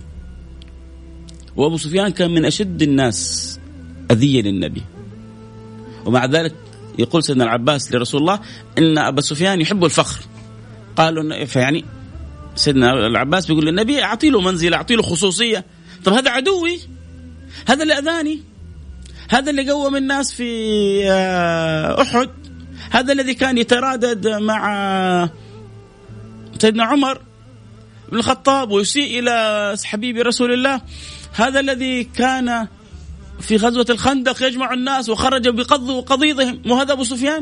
وأبو سفيان كان من أشد الناس أذية للنبي، ومع ذلك يقول سيدنا العباس لرسول الله إن أبا سفيان يحب الفخر. قالوا فيعني سيدنا العباس بيقول للنبي أعطي له منزل، أعطي له خصوصية. طب هذا عدوي، هذا اللي أذاني، هذا اللي قوم الناس في أحد، هذا الذي كان يترادد مع سيدنا عمر بن الخطاب ويسيء إلى حبيب رسول الله، هذا الذي كان في غزوة الخندق يجمع الناس وخرج بقض قضيضهم، وهذا أبو سفيان.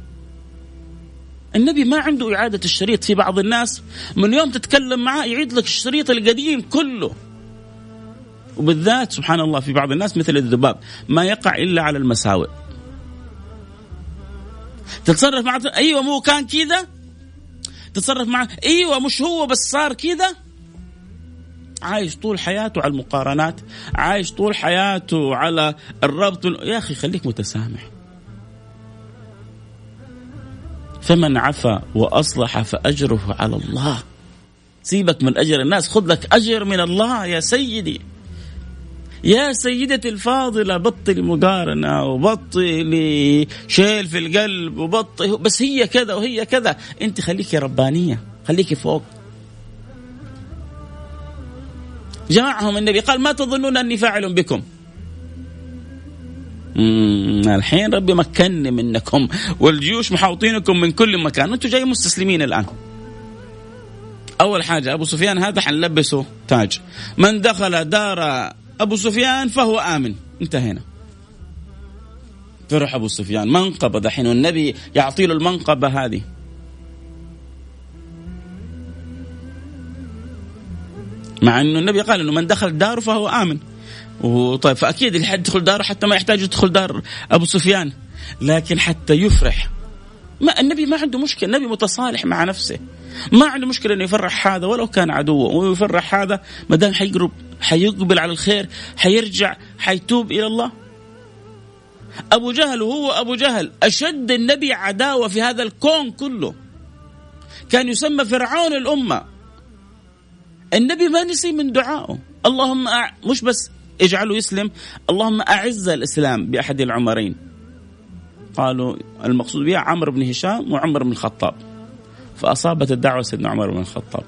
النبي ما عنده إعادة الشريط. في بعض الناس من يوم تتكلم معه يعيد لك الشريط القديم كله، وبالذات سبحان الله في بعض الناس مثل الذباب ما يقع إلا على المساوئ. تتصرف معه أيوة مو كان كذا، تتصرف معه أيوة مش هو بس صار كذا. عايش طول حياته على المقارنات، عايش طول حياته على الربط. يا أخي خليك متسامح. فمن عفا وأصلح فأجره على الله. سيبك من أجر الناس، خذ لك أجر من الله يا سيدي. يا سيدتي الفاضلة، بطل مقارنة وبطل شيل في القلب وبطل بس هي كذا وهي كذا. انت خليكي ربانية، خليكي فوق. جمعهم النبي قال ما تظنون أني فاعل بكم. الحين ربي مكنني منكم والجيوش محاوطينكم من كل مكان، انتم جاي مستسلمين الآن. أول حاجة أبو سفيان هذا حنلبسه تاج، من دخل دار أبو سفيان فهو آمن. انتهينا. فرح أبو سفيان منقبة دحين، والنبي يعطي له المنقبة هذه. مع أنه النبي قال أنه من دخل داره فهو آمن. وطيب فأكيد اللي حد يدخل داره حتى ما يحتاج يدخل دار أبو سفيان، لكن حتى يفرح. ما النبي ما عنده مشكلة، النبي متصالح مع نفسه، ما عنده مشكلة إنه يفرح هذا ولو كان عدوه، ويفرح هذا ما دام حيقبل على الخير، حيرجع، حيتوب إلى الله. أبو جهل، وهو أبو جهل أشد النبي عداوة في هذا الكون كله، كان يسمى فرعون الأمة. النبي ما نسي من دعائه، اللهم مش بس اجعله يسلم، اللهم أعز الإسلام بأحد العمرين. قالوا المقصود بها عمرو بن هشام وعمر بن الخطاب، فأصابت الدعوة سيدنا عمر بن الخطاب.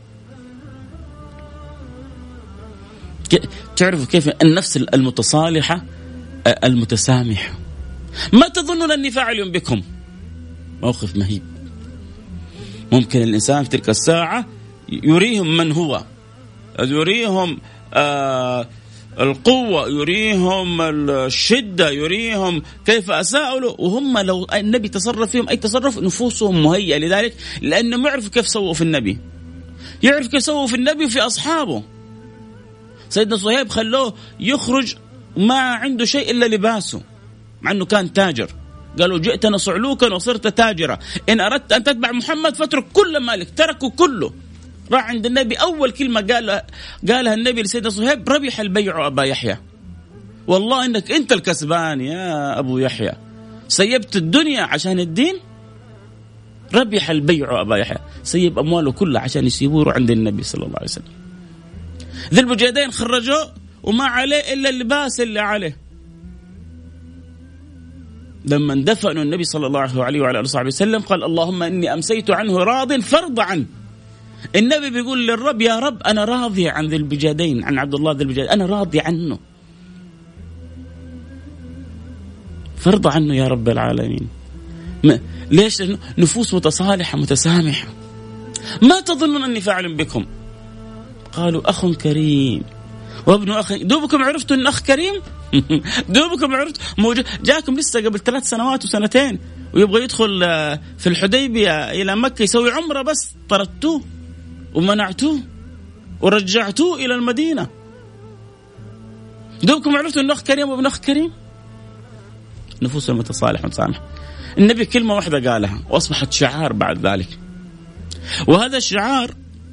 تعرفوا كيف النفس المتصالحة المتسامحة. ما تظنون أني فاعل بكم؟ موقف مهيب. ممكن الإنسان في تلك الساعة يريهم من هو، يريهم القوة، يريهم الشدة، يريهم كيف أساءوا له، وهم لو النبي تصرف فيهم أي تصرف نفوسهم مهيئة لذلك، لأنهم يعرفوا كيف سووا في النبي، يعرف كيف سووا في النبي وفي أصحابه. سيدنا صهيب خلوه يخرج ما عنده شيء إلا لباسه، مع أنه كان تاجر. قالوا جئتنا صعلوكا وصرت تاجرا، إن أردت أن تتبع محمد فاترك كل مالك. تركوا كله، راح عند النبي. أول كلمة قالها النبي لسيدنا صهيب: ربح البيع أبا يحيى، والله إنك أنت الكسبان يا أبو يحيى، سيبت الدنيا عشان الدين. ربح البيع أبا يحيى، سيب أمواله كلها عشان يسيبوه عند النبي صلى الله عليه وسلم. ذي البجادين خرجوه وما عليه إلا اللباس اللي عليه. لما اندفنوا النبي صلى الله عليه وعلى آله وصحبه وسلم قال: اللهم إني أمسيت عنه راض فارض عنه. النبي بيقول للرب: يا رب أنا راضي عن ذي البجادين، عن عبد الله ذي البجادين، أنا راضي عنه، فارض عنه يا رب العالمين. ليش؟ نفوس متصالحة متسامحة. ما تظنون أني فاعل بكم؟ قالوا: أخ كريم وابن أخ. دوبكم عرفتوا أن أخ كريم؟ دوبكم عرفتوا موجود؟ جاكم لسه قبل 3 سنوات و2 ويبغى يدخل في الحديبية إلى مكة يسوي عمرة، بس طردتوه ومنعتوه ورجعتوه إلى المدينة. دوبكم عرفتوا أن أخ كريم وابن أخ كريم. نفوس المتصالح متسامح. النبي كلمة واحدة قالها وأصبحت شعار بعد ذلك، وهذا الشعار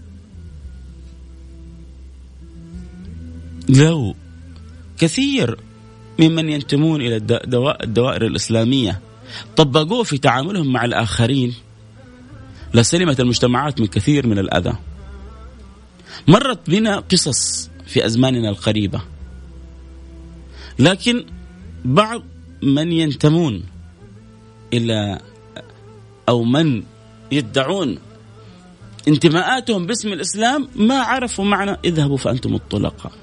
لو كثير ممن ينتمون إلى الدوائر الإسلامية طبقوه في تعاملهم مع الآخرين لسلمت المجتمعات من كثير من الأذى. مرت بنا قصص في أزماننا القريبة، لكن بعض من ينتمون إلى أو من يدعون انتماءاتهم باسم الإسلام ما عرفوا معنى اذهبوا فأنتم الطلقاء،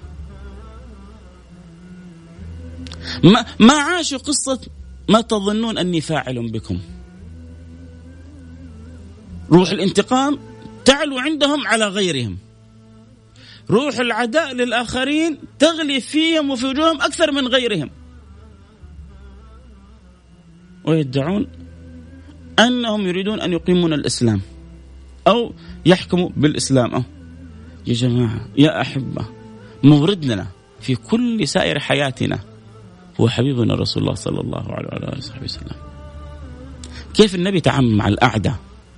ما عاشوا قصة ما تظنون أني فاعل بكم. روح الانتقام تعلو عندهم على غيرهم، روح العداء للآخرين تغلي فيهم وفي وجوههم أكثر من غيرهم، ويدعون أنهم يريدون أن يقيمون الإسلام أو يحكموا بالإسلام. أو يا جماعة يا أحبة، موردنا في كل سائر حياتنا هو حبيبنا رسول الله صلى الله عليه وعلى آله وسلم. كيف النبي تعامل مع الأعداء،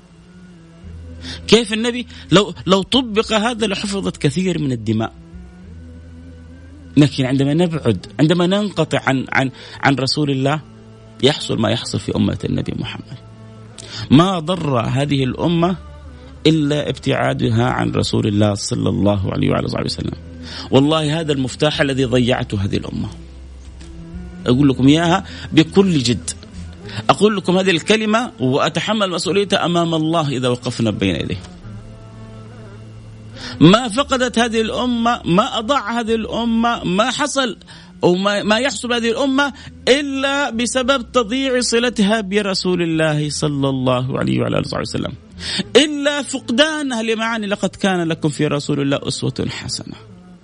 كيف النبي لو طبق هذا لحفظت كثير من الدماء. لكن عندما نبعد، عندما ننقطع عن رسول الله يحصل ما يحصل في أمة النبي محمد. ما ضر هذه الأمة إلا ابتعادها عن رسول الله صلى الله عليه وعلى آله وسلم. والله هذا المفتاح الذي ضيعته هذه الأمة. أقول لكم إياها بكل جد، أقول لكم هذه الكلمة وأتحمل مسؤوليتها أمام الله إذا وقفنا بين يديه. ما فقدت هذه الأمة، ما أضاع هذه الأمة، ما حصل أو ما يحصل هذه الأمة إلا بسبب تضييع صلتها برسول الله صلى الله عليه وعلى آله وسلم، إلا فقدانها لمعاني لقد كان لكم في رسول الله أسوة حسنة.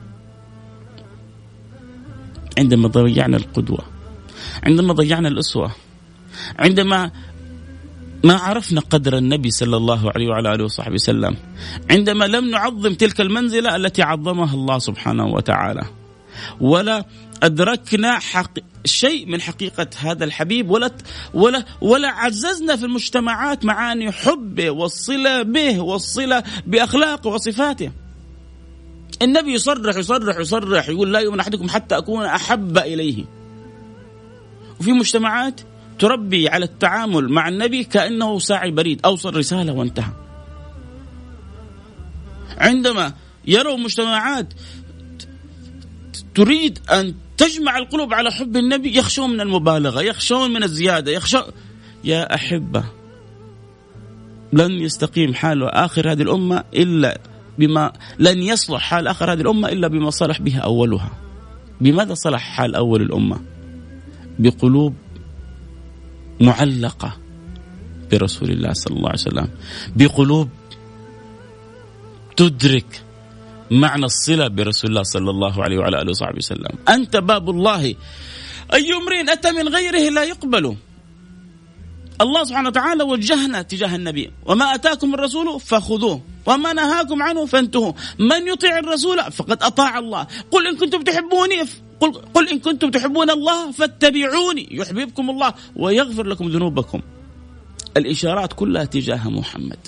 عندما ضيعنا القدوة، عندما ضيعنا الأسوة، عندما ما عرفنا قدر النبي صلى الله عليه وعلى آله وصحبه وسلم، عندما لم نعظم تلك المنزلة التي عظمها الله سبحانه وتعالى، ولا أدركنا شيء من حقيقة هذا الحبيب، ولا عززنا في المجتمعات معاني حبه والصلة به والصلة بأخلاقه وصفاته. النبي يصرح يقول: لا يؤمن أحدكم حتى أكون أحب إليه. وفي مجتمعات تربي على التعامل مع النبي كأنه ساعي بريد، أوصل رسالة وانتهى. عندما يروا مجتمعات تريد أن تجمع القلوب على حب النبي، يخشون من المبالغة، يخشون من الزيادة، يا أحبة، لن يستقيم حال آخر هذه الأمة إلا بما لن يصلح حال آخر هذه الأمة إلا بما صلح بها أولها. بماذا صلح حال أول الأمة؟ بقلوب معلقة برسول الله صلى الله عليه وسلم، بقلوب تدرك معنى الصلة برسول الله صلى الله عليه وعلى آله وصحبه وسلم. أنت باب الله، أي امرئ أتى من غيره لا يقبل. الله سبحانه وتعالى وجهنا تجاه النبي: وما أتاكم الرسول فخذوه وما نهاكم عنه فانتهوا، من يطيع الرسول فقد أطاع الله، قل إن كنتم تحبوني قل إن كنتم تحبون الله فاتبعوني يحببكم الله ويغفر لكم ذنوبكم. الإشارات كلها تجاه محمد،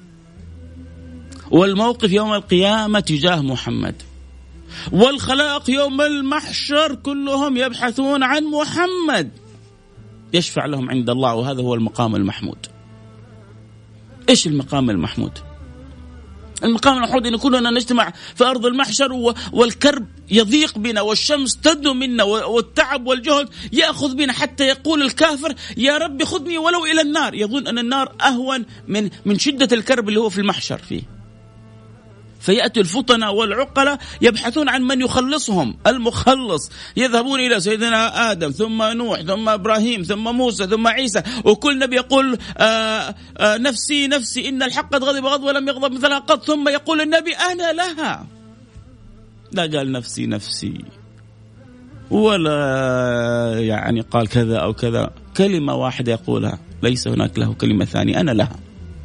والموقف يوم القيامة تجاه محمد، والخلائق يوم المحشر كلهم يبحثون عن محمد يشفع لهم عند الله، وهذا هو المقام المحمود. إيش المقام المحمود؟ المقام المحمود إن كلنا نجتمع في أرض المحشر والكرب يضيق بنا والشمس تدنو منا والتعب والجهد يأخذ بنا، حتى يقول الكافر: يا رب خذني ولو إلى النار، يظن أن النار أهون من شدة الكرب اللي هو في المحشر فيه. فيأتي الفطنة والعقلة يبحثون عن من يخلصهم، المخلص، يذهبون إلى سيدنا آدم ثم نوح ثم إبراهيم ثم موسى ثم عيسى، وكل نبي يقول نفسي نفسي إن الحق قد غضب غضب ولم يغضب مثلها قط، ثم يقول النبي أنا لها. لا قال نفسي نفسي ولا يعني قال كذا أو كذا، كلمة واحدة يقولها، ليس هناك له كلمة ثانية، أنا لها.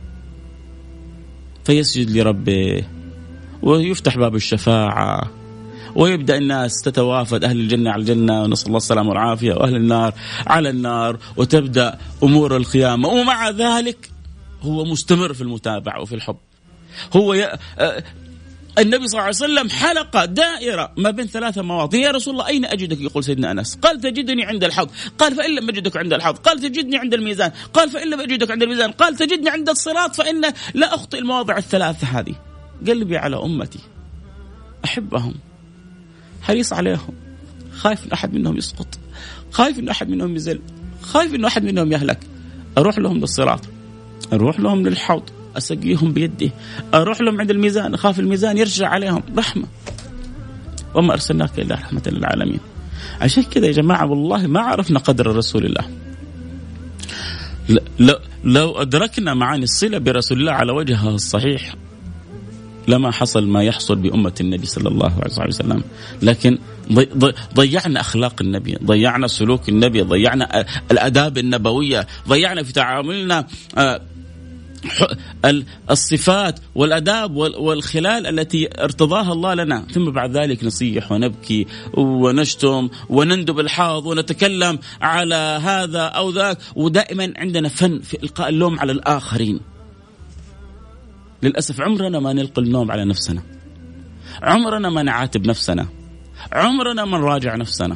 فيسجد لربه ويفتح باب الشفاعة ويبدأ الناس تتوافد، أهل الجنة على الجنة ونسأل الله السلامة والعافية، وأهل النار على النار، وتبدأ أمور القيامة. ومع ذلك هو مستمر في المتابعة وفي الحب. النبي صلى الله عليه وسلم حلقة دائرة ما بين ثلاثة مواطن: يا رسول الله أين أجدك؟ يقول سيدنا أنس. قال: تجدني عند الحوض. قال: فإن لم أجدك عند الحوض. قال: تجدني عند الميزان. قال: فإن لم أجدك عند الميزان. قال: تجدني عند الصراط فإن لا أخطئ المواضع الثلاثة هذه. قلبي على أمتي، أحبهم، حريص عليهم، خايف إن أحد منهم يسقط، خايف إن أحد منهم يزل، خايف إن أحد منهم يهلك. أروح لهم للصراط، أروح لهم للحوض، أسقيهم بيدي، أروح لهم عند الميزان، أخاف الميزان يرجع عليهم. رحمة، وما أرسلناك إلا رحمة للعالمين. عشان كذا يا جماعة والله ما عرفنا قدر رسول الله. لو أدركنا معاني الصلة برسول الله على وجهها الصحيح لما حصل ما يحصل بأمة النبي صلى الله عليه وسلم. لكن ضيعنا أخلاق النبي، ضيعنا سلوك النبي، ضيعنا الآداب النبوية، ضيعنا في تعاملنا الصفات والأداب والخلال التي ارتضاها الله لنا. ثم بعد ذلك نصيح ونبكي ونشتم ونندب الحاض ونتكلم على هذا أو ذاك، ودائما عندنا فن في إلقاء اللوم على الآخرين. للأسف عمرنا ما نلقي اللوم على نفسنا، عمرنا ما نعاتب نفسنا، عمرنا ما نراجع نفسنا.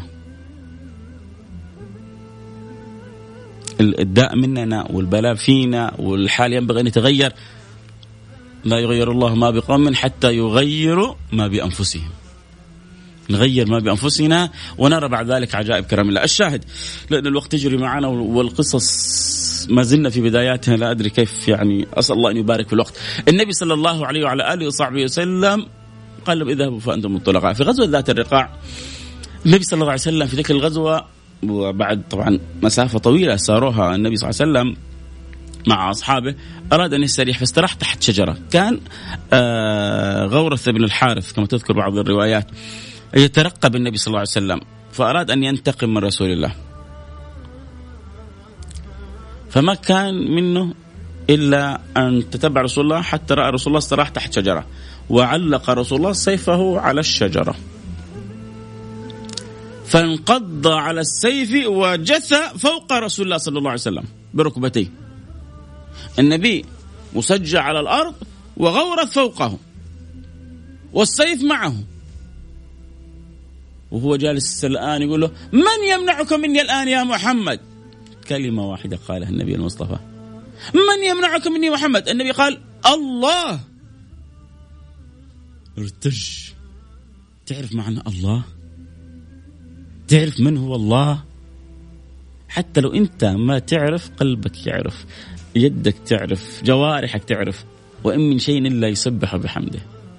الداء مننا والبلاء فينا، والحال ينبغي أن يتغير. لا يغير الله ما بقوم حتى يغيروا ما بأنفسهم. نغير ما بأنفسنا ونرى بعد ذلك عجائب كرم الله. الشاهد، لأن الوقت يجري معنا والقصص ما زلنا في بداياتها، لا أدري كيف، يعني أسأل الله أن يبارك في الوقت. النبي صلى الله عليه وعلى آله وصحبه وسلم قال لهم: اذهبوا فأنتم الطلقاء. في غزوة ذات الرقاع النبي صلى الله عليه وسلم في ذيك الغزوة، وبعد طبعا مسافة طويلة ساروها النبي صلى الله عليه وسلم مع أصحابه، أراد أن يستريح فاستراح تحت شجرة. كان غورث بن الحارث كما تذكر بعض الروايات يترقب النبي صلى الله عليه وسلم، فأراد أن ينتقم من رسول الله، فما كان منه إلا أن تتبع رسول الله حتى رأى رسول الله استراح تحت شجرة، وعلق رسول الله سيفه على الشجرة، فانقض على السيف وجثى فوق رسول الله صلى الله عليه وسلم بركبتيه. النبي مسجع على الأرض وغورث فوقه والسيف معه، وهو جالس الآن يقول له: من يمنعك مني الآن يا محمد؟ كلمة واحدة قالها النبي المصطفى: من يمنعك مني محمد؟ النبي قال: الله. ارتج. تعرف معنى الله؟ تعرف من هو الله. حتى لو أنت ما تعرف، قلبك يعرف، يدك تعرف، جوارحك تعرف، وإن من شيء إلا يسبح بحمده.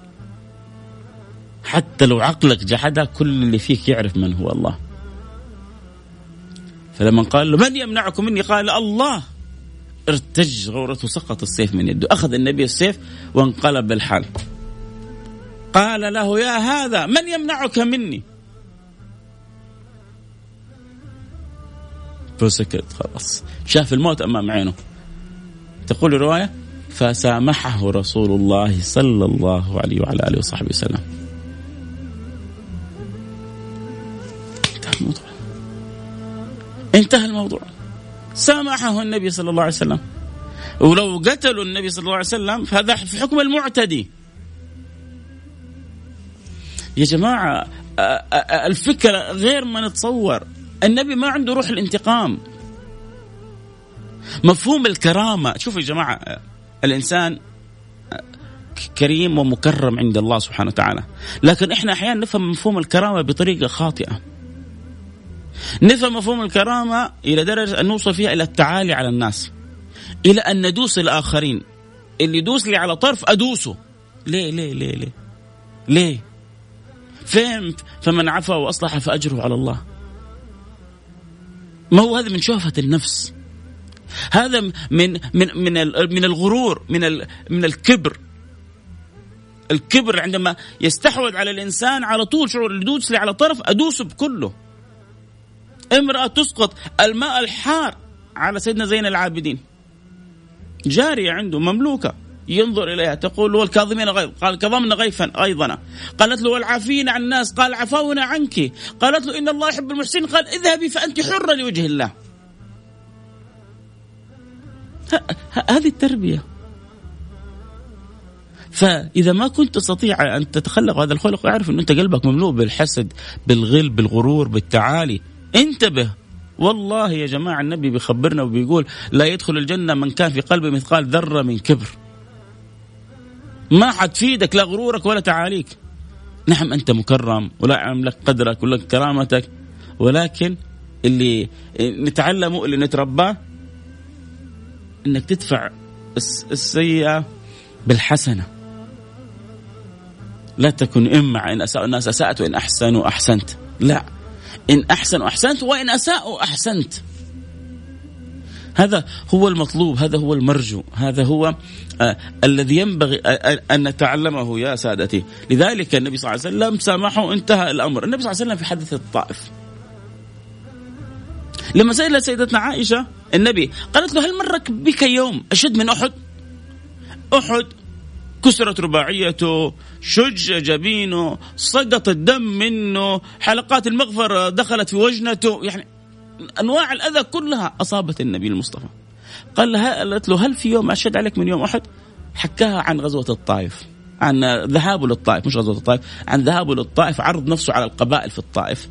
حتى لو عقلك جحدها، كل اللي فيك يعرف من هو الله. فلما قال له من يمنعكم مني، قال الله. ارتج غورته، سقط السيف من يده. أخذ النبي السيف وانقلب الحال. قال له يا هذا من يمنعك مني؟ فسكت خلاص، شاف الموت أمام عينه. تقول الرواية فسامحه رسول الله صلى الله عليه وعلى آله وصحبه وسلم. انتهى الموضوع. سامحه النبي صلى الله عليه وسلم. ولو قتلوا النبي صلى الله عليه وسلم فهذا في حكم المعتدي. يا جماعة الفكرة غير ما نتصور. النبي ما عنده روح الانتقام. مفهوم الكرامة، شوفوا يا جماعة، الإنسان كريم ومكرم عند الله سبحانه وتعالى، لكن إحنا أحيانا نفهم مفهوم الكرامة بطريقة خاطئة. نفهم مفهوم الكرامة إلى درجة أن نوصل فيها إلى التعالي على الناس، إلى أن ندوس الآخرين. اللي يدوس لي على طرف أدوسه. ليه ليه ليه ليه ليه؟ فهم فمن عفا وأصلح فأجره على الله. ما هو هذا من شهوة النفس، هذا من الغرور، من الكبر. الكبر عندما يستحوذ على الإنسان على طول شعور اللي يدوس لي على طرف أدوسه بكله. امرأة تسقط الماء الحار على سيدنا زين العابدين، جارية عنده مملوكة، ينظر إليها تقول والكاظمين غيظ، قال كظمنا غيظا أيضا. قالت له والعافين عن الناس، قال عفونا عنك. قالت له إن الله يحب المحسنين، قال اذهبي فأنت حرة لوجه الله. هذه التربية. فإذا ما كنت تستطيع أن تتخلق هذا الخلق، اعرف أن أنت قلبك مملوء بالحسد، بالغل، بالغرور، بالتعالي. انتبه. والله يا جماعة النبي بيخبرنا وبيقول لا يدخل الجنة من كان في قلبه مثقال ذرة من كبر. ما حتفيدك لا غرورك ولا تعاليك. نعم أنت مكرم ولا لك قدرك ولا كرامتك، ولكن اللي نتعلمه اللي نترباه إنك تدفع السيئة بالحسنة. لا تكن إما إن أساء الناس أساءت وإن أحسنوا أحسنت. لا، إن أحسنوا أحسنت وإن أساءوا أحسنت. هذا هو المطلوب، هذا هو المرجو، هذا هو الذي ينبغي أن نتعلمه يا سادتي. لذلك النبي صلى الله عليه وسلم سامحه، انتهى الأمر. النبي صلى الله عليه وسلم في حادثة الطائف لما سأل سيدتنا عائشة النبي، قالت له هل مرك بك يوم أشد من أحد؟ أحد كسرت رباعيته، شج جبينه، سقط الدم منه، حلقات المغفر دخلت في وجنته، يعني أنواع الأذى كلها أصابت النبي المصطفى. قالت له هل في يوم أشد عليك من يوم أحد؟ حكاها عن غزوة الطائف، عن ذهابه للطائف، مش غزوة الطائف، عن ذهابه للطائف، عرض نفسه على القبائل في الطائف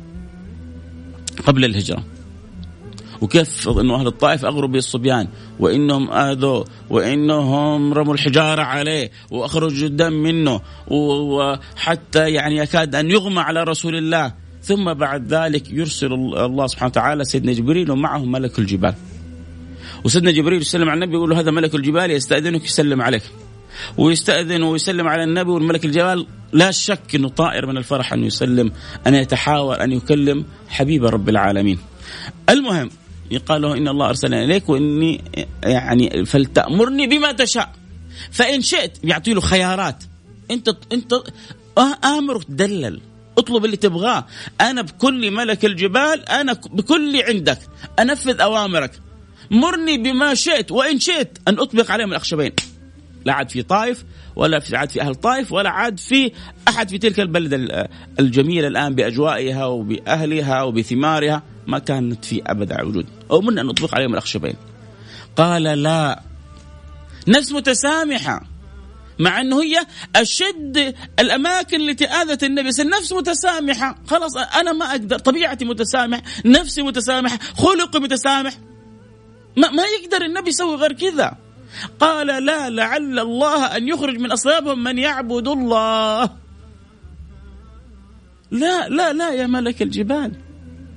قبل الهجرة، وكيف أنه أهل الطائف أغروا به الصبيان، وإنهم آذوا، وإنهم رموا الحجارة عليه، وأخرجوا الدم منه، وحتى يعني يكاد أن يغمى على رسول الله. ثم بعد ذلك يرسل الله سبحانه وتعالى سيدنا جبريل ومعه ملك الجبال، وسيدنا جبريل يسلم على النبي يقول له هذا ملك الجبال يستأذنك يسلم عليك، ويستأذن ويسلم على النبي. والملك الجبال لا شك أنه طائر من الفرح أن يسلم، أن يتحاور، أن يكلم حبيب رب العالمين. المهم يقال له إن الله أرسلني إليك وإني يعني فلتأمرني بما تشاء فإن شئت. يعطي له خيارات، أنت آمرك دلل، اطلب اللي تبغاه، أنا بكل ملك الجبال، أنا بكل عندك أنفذ أوامرك، مرني بما شئت وإن شئت أن أطبق عليهم الأخشبين. لا عاد في طائف ولا عاد في أهل طائف ولا عاد في أحد في تلك البلدة الجميلة الآن بأجوائها وبأهلها وبثمارها، ما كانت في أبدا وجود، أو من أن نطبق عليهم الأخشبين. قال لا، نفس متسامحة، مع أنه هي أشد الأماكن التي آذت النبي، بس النفس متسامحة. خلاص أنا ما أقدر، طبيعتي متسامح، نفسي متسامح، خلقي متسامح، ما يقدر النبي يسوي غير كذا. قال لا، لعل الله أن يخرج من أصلابهم من يعبد الله. لا لا لا يا ملك الجبال،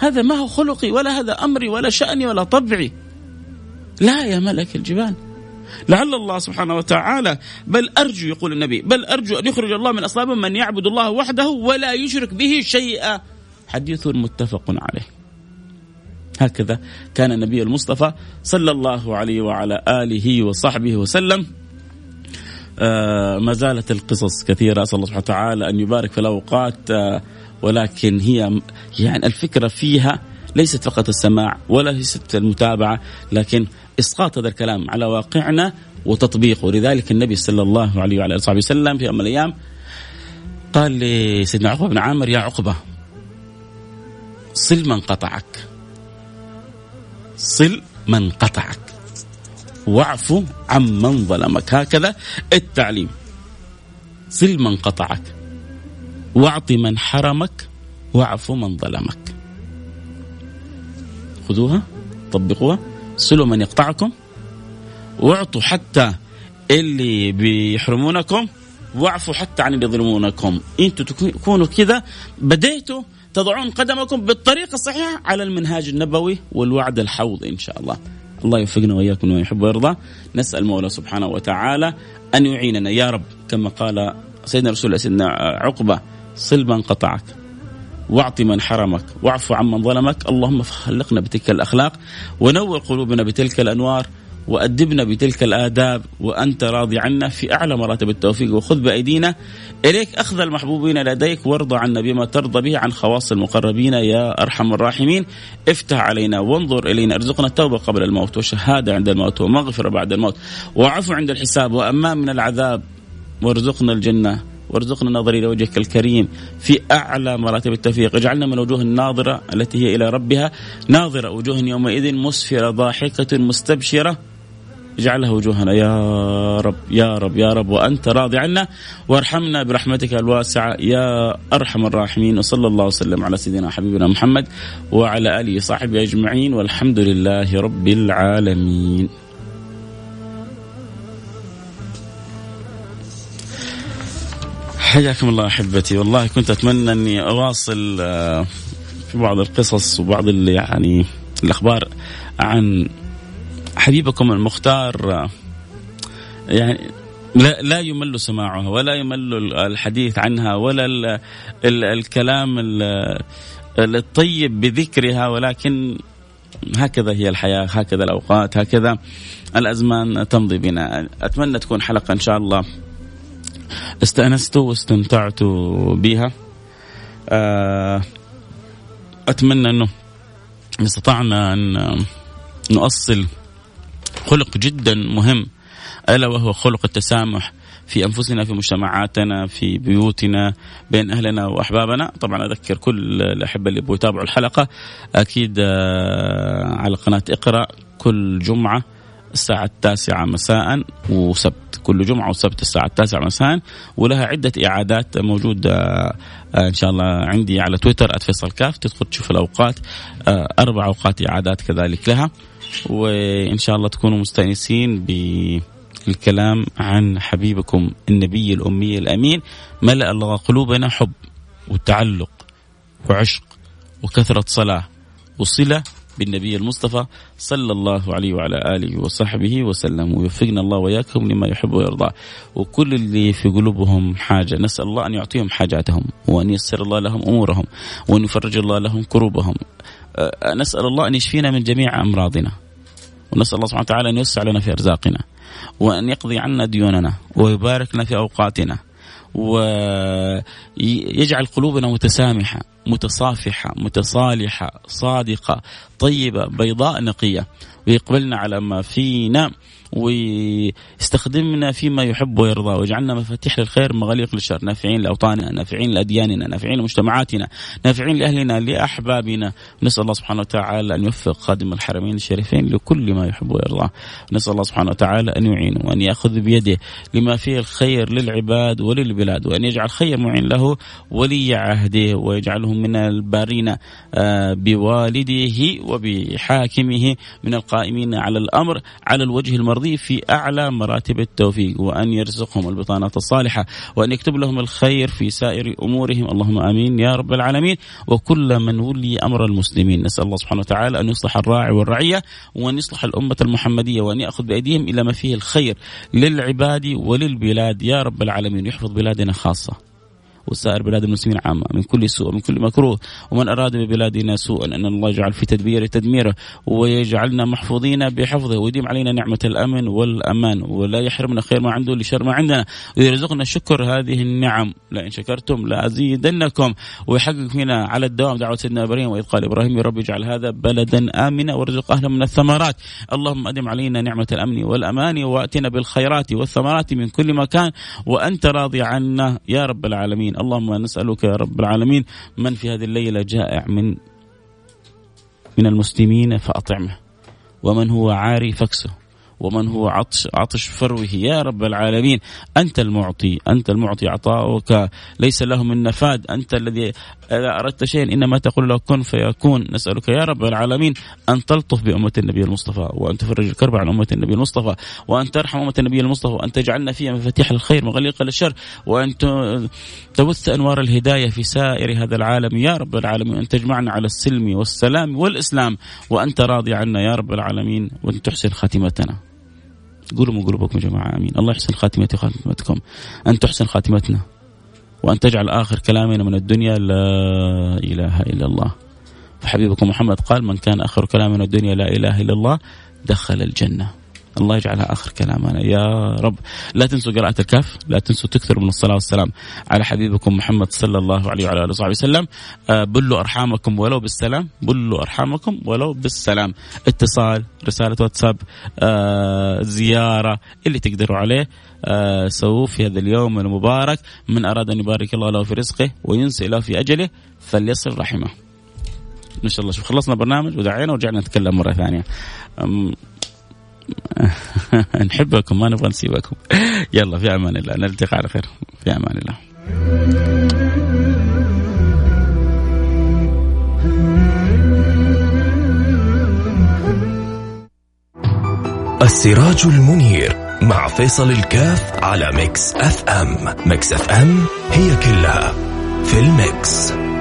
هذا ما هو خلقي ولا هذا أمري ولا شأني ولا طبعي. لا يا ملك الجبال، لعل الله سبحانه وتعالى بل أرجو، يقول النبي، بل أرجو أن يخرج الله من أصلابهم من يعبد الله وحده ولا يشرك به شيئا. حديث متفق عليه. هكذا كان النبي المصطفى صلى الله عليه وعلى آله وصحبه وسلم. ما زالت القصص كثيرة، أسأل الله سبحانه وتعالى أن يبارك في الأوقات، ولكن هي يعني الفكرة فيها ليست فقط السماع ولا ليست المتابعة، لكن إسقاط هذا الكلام على واقعنا وتطبيقه. ولذلك النبي صلى الله عليه وعلى آله وسلم في يوم من الأيام قال لسيدنا عقبة بن عامر: يا عقبة، صل من قطعك، صل من قطعك، واعف عمن ظلمك. هكذا التعليم، صل من قطعك، واعط من حرمك، واعف من ظلمك. خذوها طبقوها، صلوا من يقطعكم، واعطوا حتى اللي بيحرمونكم، واعفوا حتى عن اللي يظلمونكم. انتوا تكونوا كذا بديتوا تضعون قدمكم بالطريقة الصحيحة على المنهاج النبوي والوعد الحوض إن شاء الله. الله يوفقنا وإياكم ويحب ويرضى. نسأل مولى سبحانه وتعالى أن يعيننا يا رب، كما قال سيدنا رسول الله سيدنا عقبة: صل من قطعك، واعط من حرمك، واعف عمن ظلمك. اللهم خلقنا بتلك الأخلاق، ونور قلوبنا بتلك الأنوار، وأدبنا بتلك الآداب، وأنت راضي عنا في أعلى مراتب التوفيق. وخذ بأيدينا إليك أخذ المحبوبين لديك، وارضى عنا بما ترضى به عن خواص المقربين يا أرحم الراحمين. افتح علينا وانظر إلينا، ارزقنا التوبة قبل الموت، وشهادة عند الموت، ومغفرة بعد الموت، وعفو عند الحساب، وأمان من العذاب، وارزقنا الجنة، وارزقنا النظر إلى وجهك الكريم في أعلى مراتب التوفيق. اجعلنا من وجوه الناظرة التي هي إلى ربها ناظرة، وجوه يومئذ مسفرة ضاحكة مستبشرة. اجعلها وجوهنا يا رب يا رب يا رب، وأنت راضي عنا، وارحمنا برحمتك الواسعة يا أرحم الراحمين. وصلى الله وسلم على سيدنا حبيبنا محمد وعلى آله وصحبه أجمعين، والحمد لله رب العالمين. حياكم الله أحبتي. والله كنت أتمنى أني أواصل في بعض القصص وبعض يعني الأخبار عن حبيبكم المختار، يعني لا يمل سماعها ولا يمل الحديث عنها ولا الكلام الطيب بذكرها، ولكن هكذا هي الحياة، هكذا الأوقات، هكذا الأزمان تمضي بنا. أتمنى تكون حلقة إن شاء الله استأنستوا واستمتعتوا بها. أتمنى أنه استطعنا أن نؤصل خلق جدا مهم، ألا وهو خلق التسامح في أنفسنا، في مجتمعاتنا، في بيوتنا، بين أهلنا وأحبابنا. طبعا أذكر كل الأحبة اللي بيتابعوا الحلقة أكيد على قناة اقرأ كل جمعة الساعة 9 مساء وسبت، كل جمعة وسبت الساعة 9 مساء، ولها عدة إعادات موجودة إن شاء الله عندي على تويتر @فيصل_كاف. تدخل تشوف الأوقات، 4 أوقات إعادات كذلك لها، وإن شاء الله تكونوا مستأنسين بالكلام عن حبيبكم النبي الأمي الأمين. ملأ الله قلوبنا حب وتعلق وعشق وكثرة صلاة وصلة بالنبي المصطفى صلى الله عليه وعلى آله وصحبه وسلم، ويوفقنا الله وياكم لما يحب ويرضى. وكل اللي في قلوبهم حاجة نسأل الله أن يعطيهم حاجاتهم، وأن ييسر الله لهم أمورهم، وأن يفرج الله لهم كروبهم. نسأل الله أن يشفينا من جميع أمراضنا، ونسأل الله سبحانه وتعالى أن يوسع لنا في أرزاقنا، وأن يقضي عنا ديوننا، ويبارك لنا في أوقاتنا، ويجعل قلوبنا متسامحة متصافحة متصالحة صادقة طيبة بيضاء نقية، ويقبلنا على ما فينا، ويستخدمنا فيما يحب ويرضى، ويجعلنا مفاتيح للخير مغاليق للشر، نافعين لأوطاننا، نافعين لأدياننا، نافعين لمجتمعاتنا، نافعين لأهلنا، لأحبابنا. نسأل الله سبحانه وتعالى أن يوفق خادم الحرمين الشريفين لكل ما يحب ويرضى. نسأل الله سبحانه وتعالى أن يعينه، وأن يأخذ بيده لما فيه الخير للعباد وللبلاد، وأن يجعل خير معين له ولي عهده، ويجعله إنه من البارين بوالده وبحاكمه من القائمين على الأمر على الوجه المرضي في أعلى مراتب التوفيق، وأن يرزقهم البطانات الصالحة، وأن يكتب لهم الخير في سائر أمورهم، اللهم آمين يا رب العالمين. وكل من ولي أمر المسلمين نسأل الله سبحانه وتعالى أن يصلح الراعي والرعية، وأن يصلح الأمة المحمدية، وأن يأخذ بأيديهم إلى ما فيه الخير للعباد وللبلاد يا رب العالمين. يحفظ بلادنا خاصة وسائر بلاد المسلمين عامة من كل سوء ومن كل مكروه، ومن أراد ببلادنا سوءا أن الله يجعل في تدميره، ويجعلنا محفوظين بحفظه، ويديم علينا نعمة الأمن والأمان، ولا يحرمنا خير ما عنده لشر ما عندنا، ويرزقنا شكر هذه النعم. لئن شكرتم لأزيدنكم. ويحقق فينا على الدوام دعوة سيدنا إبراهيم وإذ قال إبراهيم يا رب اجعل هذا بلدا آمنا وارزق أهله من الثمرات. اللهم أدم علينا نعمة الأمن والأمان، وأتنا بالخيرات والثمرات من كل مكان، وأنت راضي عنا يا رب العالمين. اللهم نسألك يا رب العالمين من في هذه الليلة جائع من المسلمين فأطعمه، ومن هو عاري فاكسه، ومن هو عطش فروه يا رب العالمين. أنت المعطي، أنت المعطي، عطاؤك ليس له من نفاد. أنت الذي إذا أردت شيئا إنما تقول له كن فيكون. نسألك يا رب العالمين أن تلطف بأمة النبي المصطفى، وأن تفرج الكرب عن أمة النبي المصطفى، وأن ترحم أمة النبي المصطفى، وأن تجعلنا فيها مفاتيح الخير مغلقة للشر، وأن تبث أنوار الهداية في سائر هذا العالم يا رب العالمين، وأن تجمعنا على السلم والسلام والإسلام، وأنت راضي عنا يا رب العالمين، وأن تحسن خاتمتنا. قولوا من قلوبكم يا جماعة آمين. الله يحسن خاتمتي وخاتمتكم، أن تحسن خاتمتنا، وأن تجعل آخر كلامنا من الدنيا لا إله إلا الله. فحبيبكم محمد قال من كان آخر كلامنا من الدنيا لا إله إلا الله دخل الجنة. الله يجعلها آخر كلامنا يا رب. لا تنسوا قراءة الكهف، لا تنسوا تكثروا من الصلاة والسلام على حبيبكم محمد صلى الله عليه وعلى آله وصحبه وسلم. بلوا أرحامكم ولو بالسلام، بلوا أرحامكم ولو بالسلام. اتصال، رسالة واتساب، زيارة، اللي تقدروا عليه سووه في هذا اليوم المبارك. من أراد أن يبارك الله له في رزقه وينسئ له في أجله فليصل رحمه. إن شاء الله. شوف خلصنا برنامج ودعينا ورجعنا نتكلم مرة ثانية. نحبكم ما نبغى نسيبكم. يلا في أمان الله، نلتقي على خير في أمان الله. السراج المنير مع فيصل الكاف على ميكس اف ام. ميكس اف ام هي كلها في الميكس.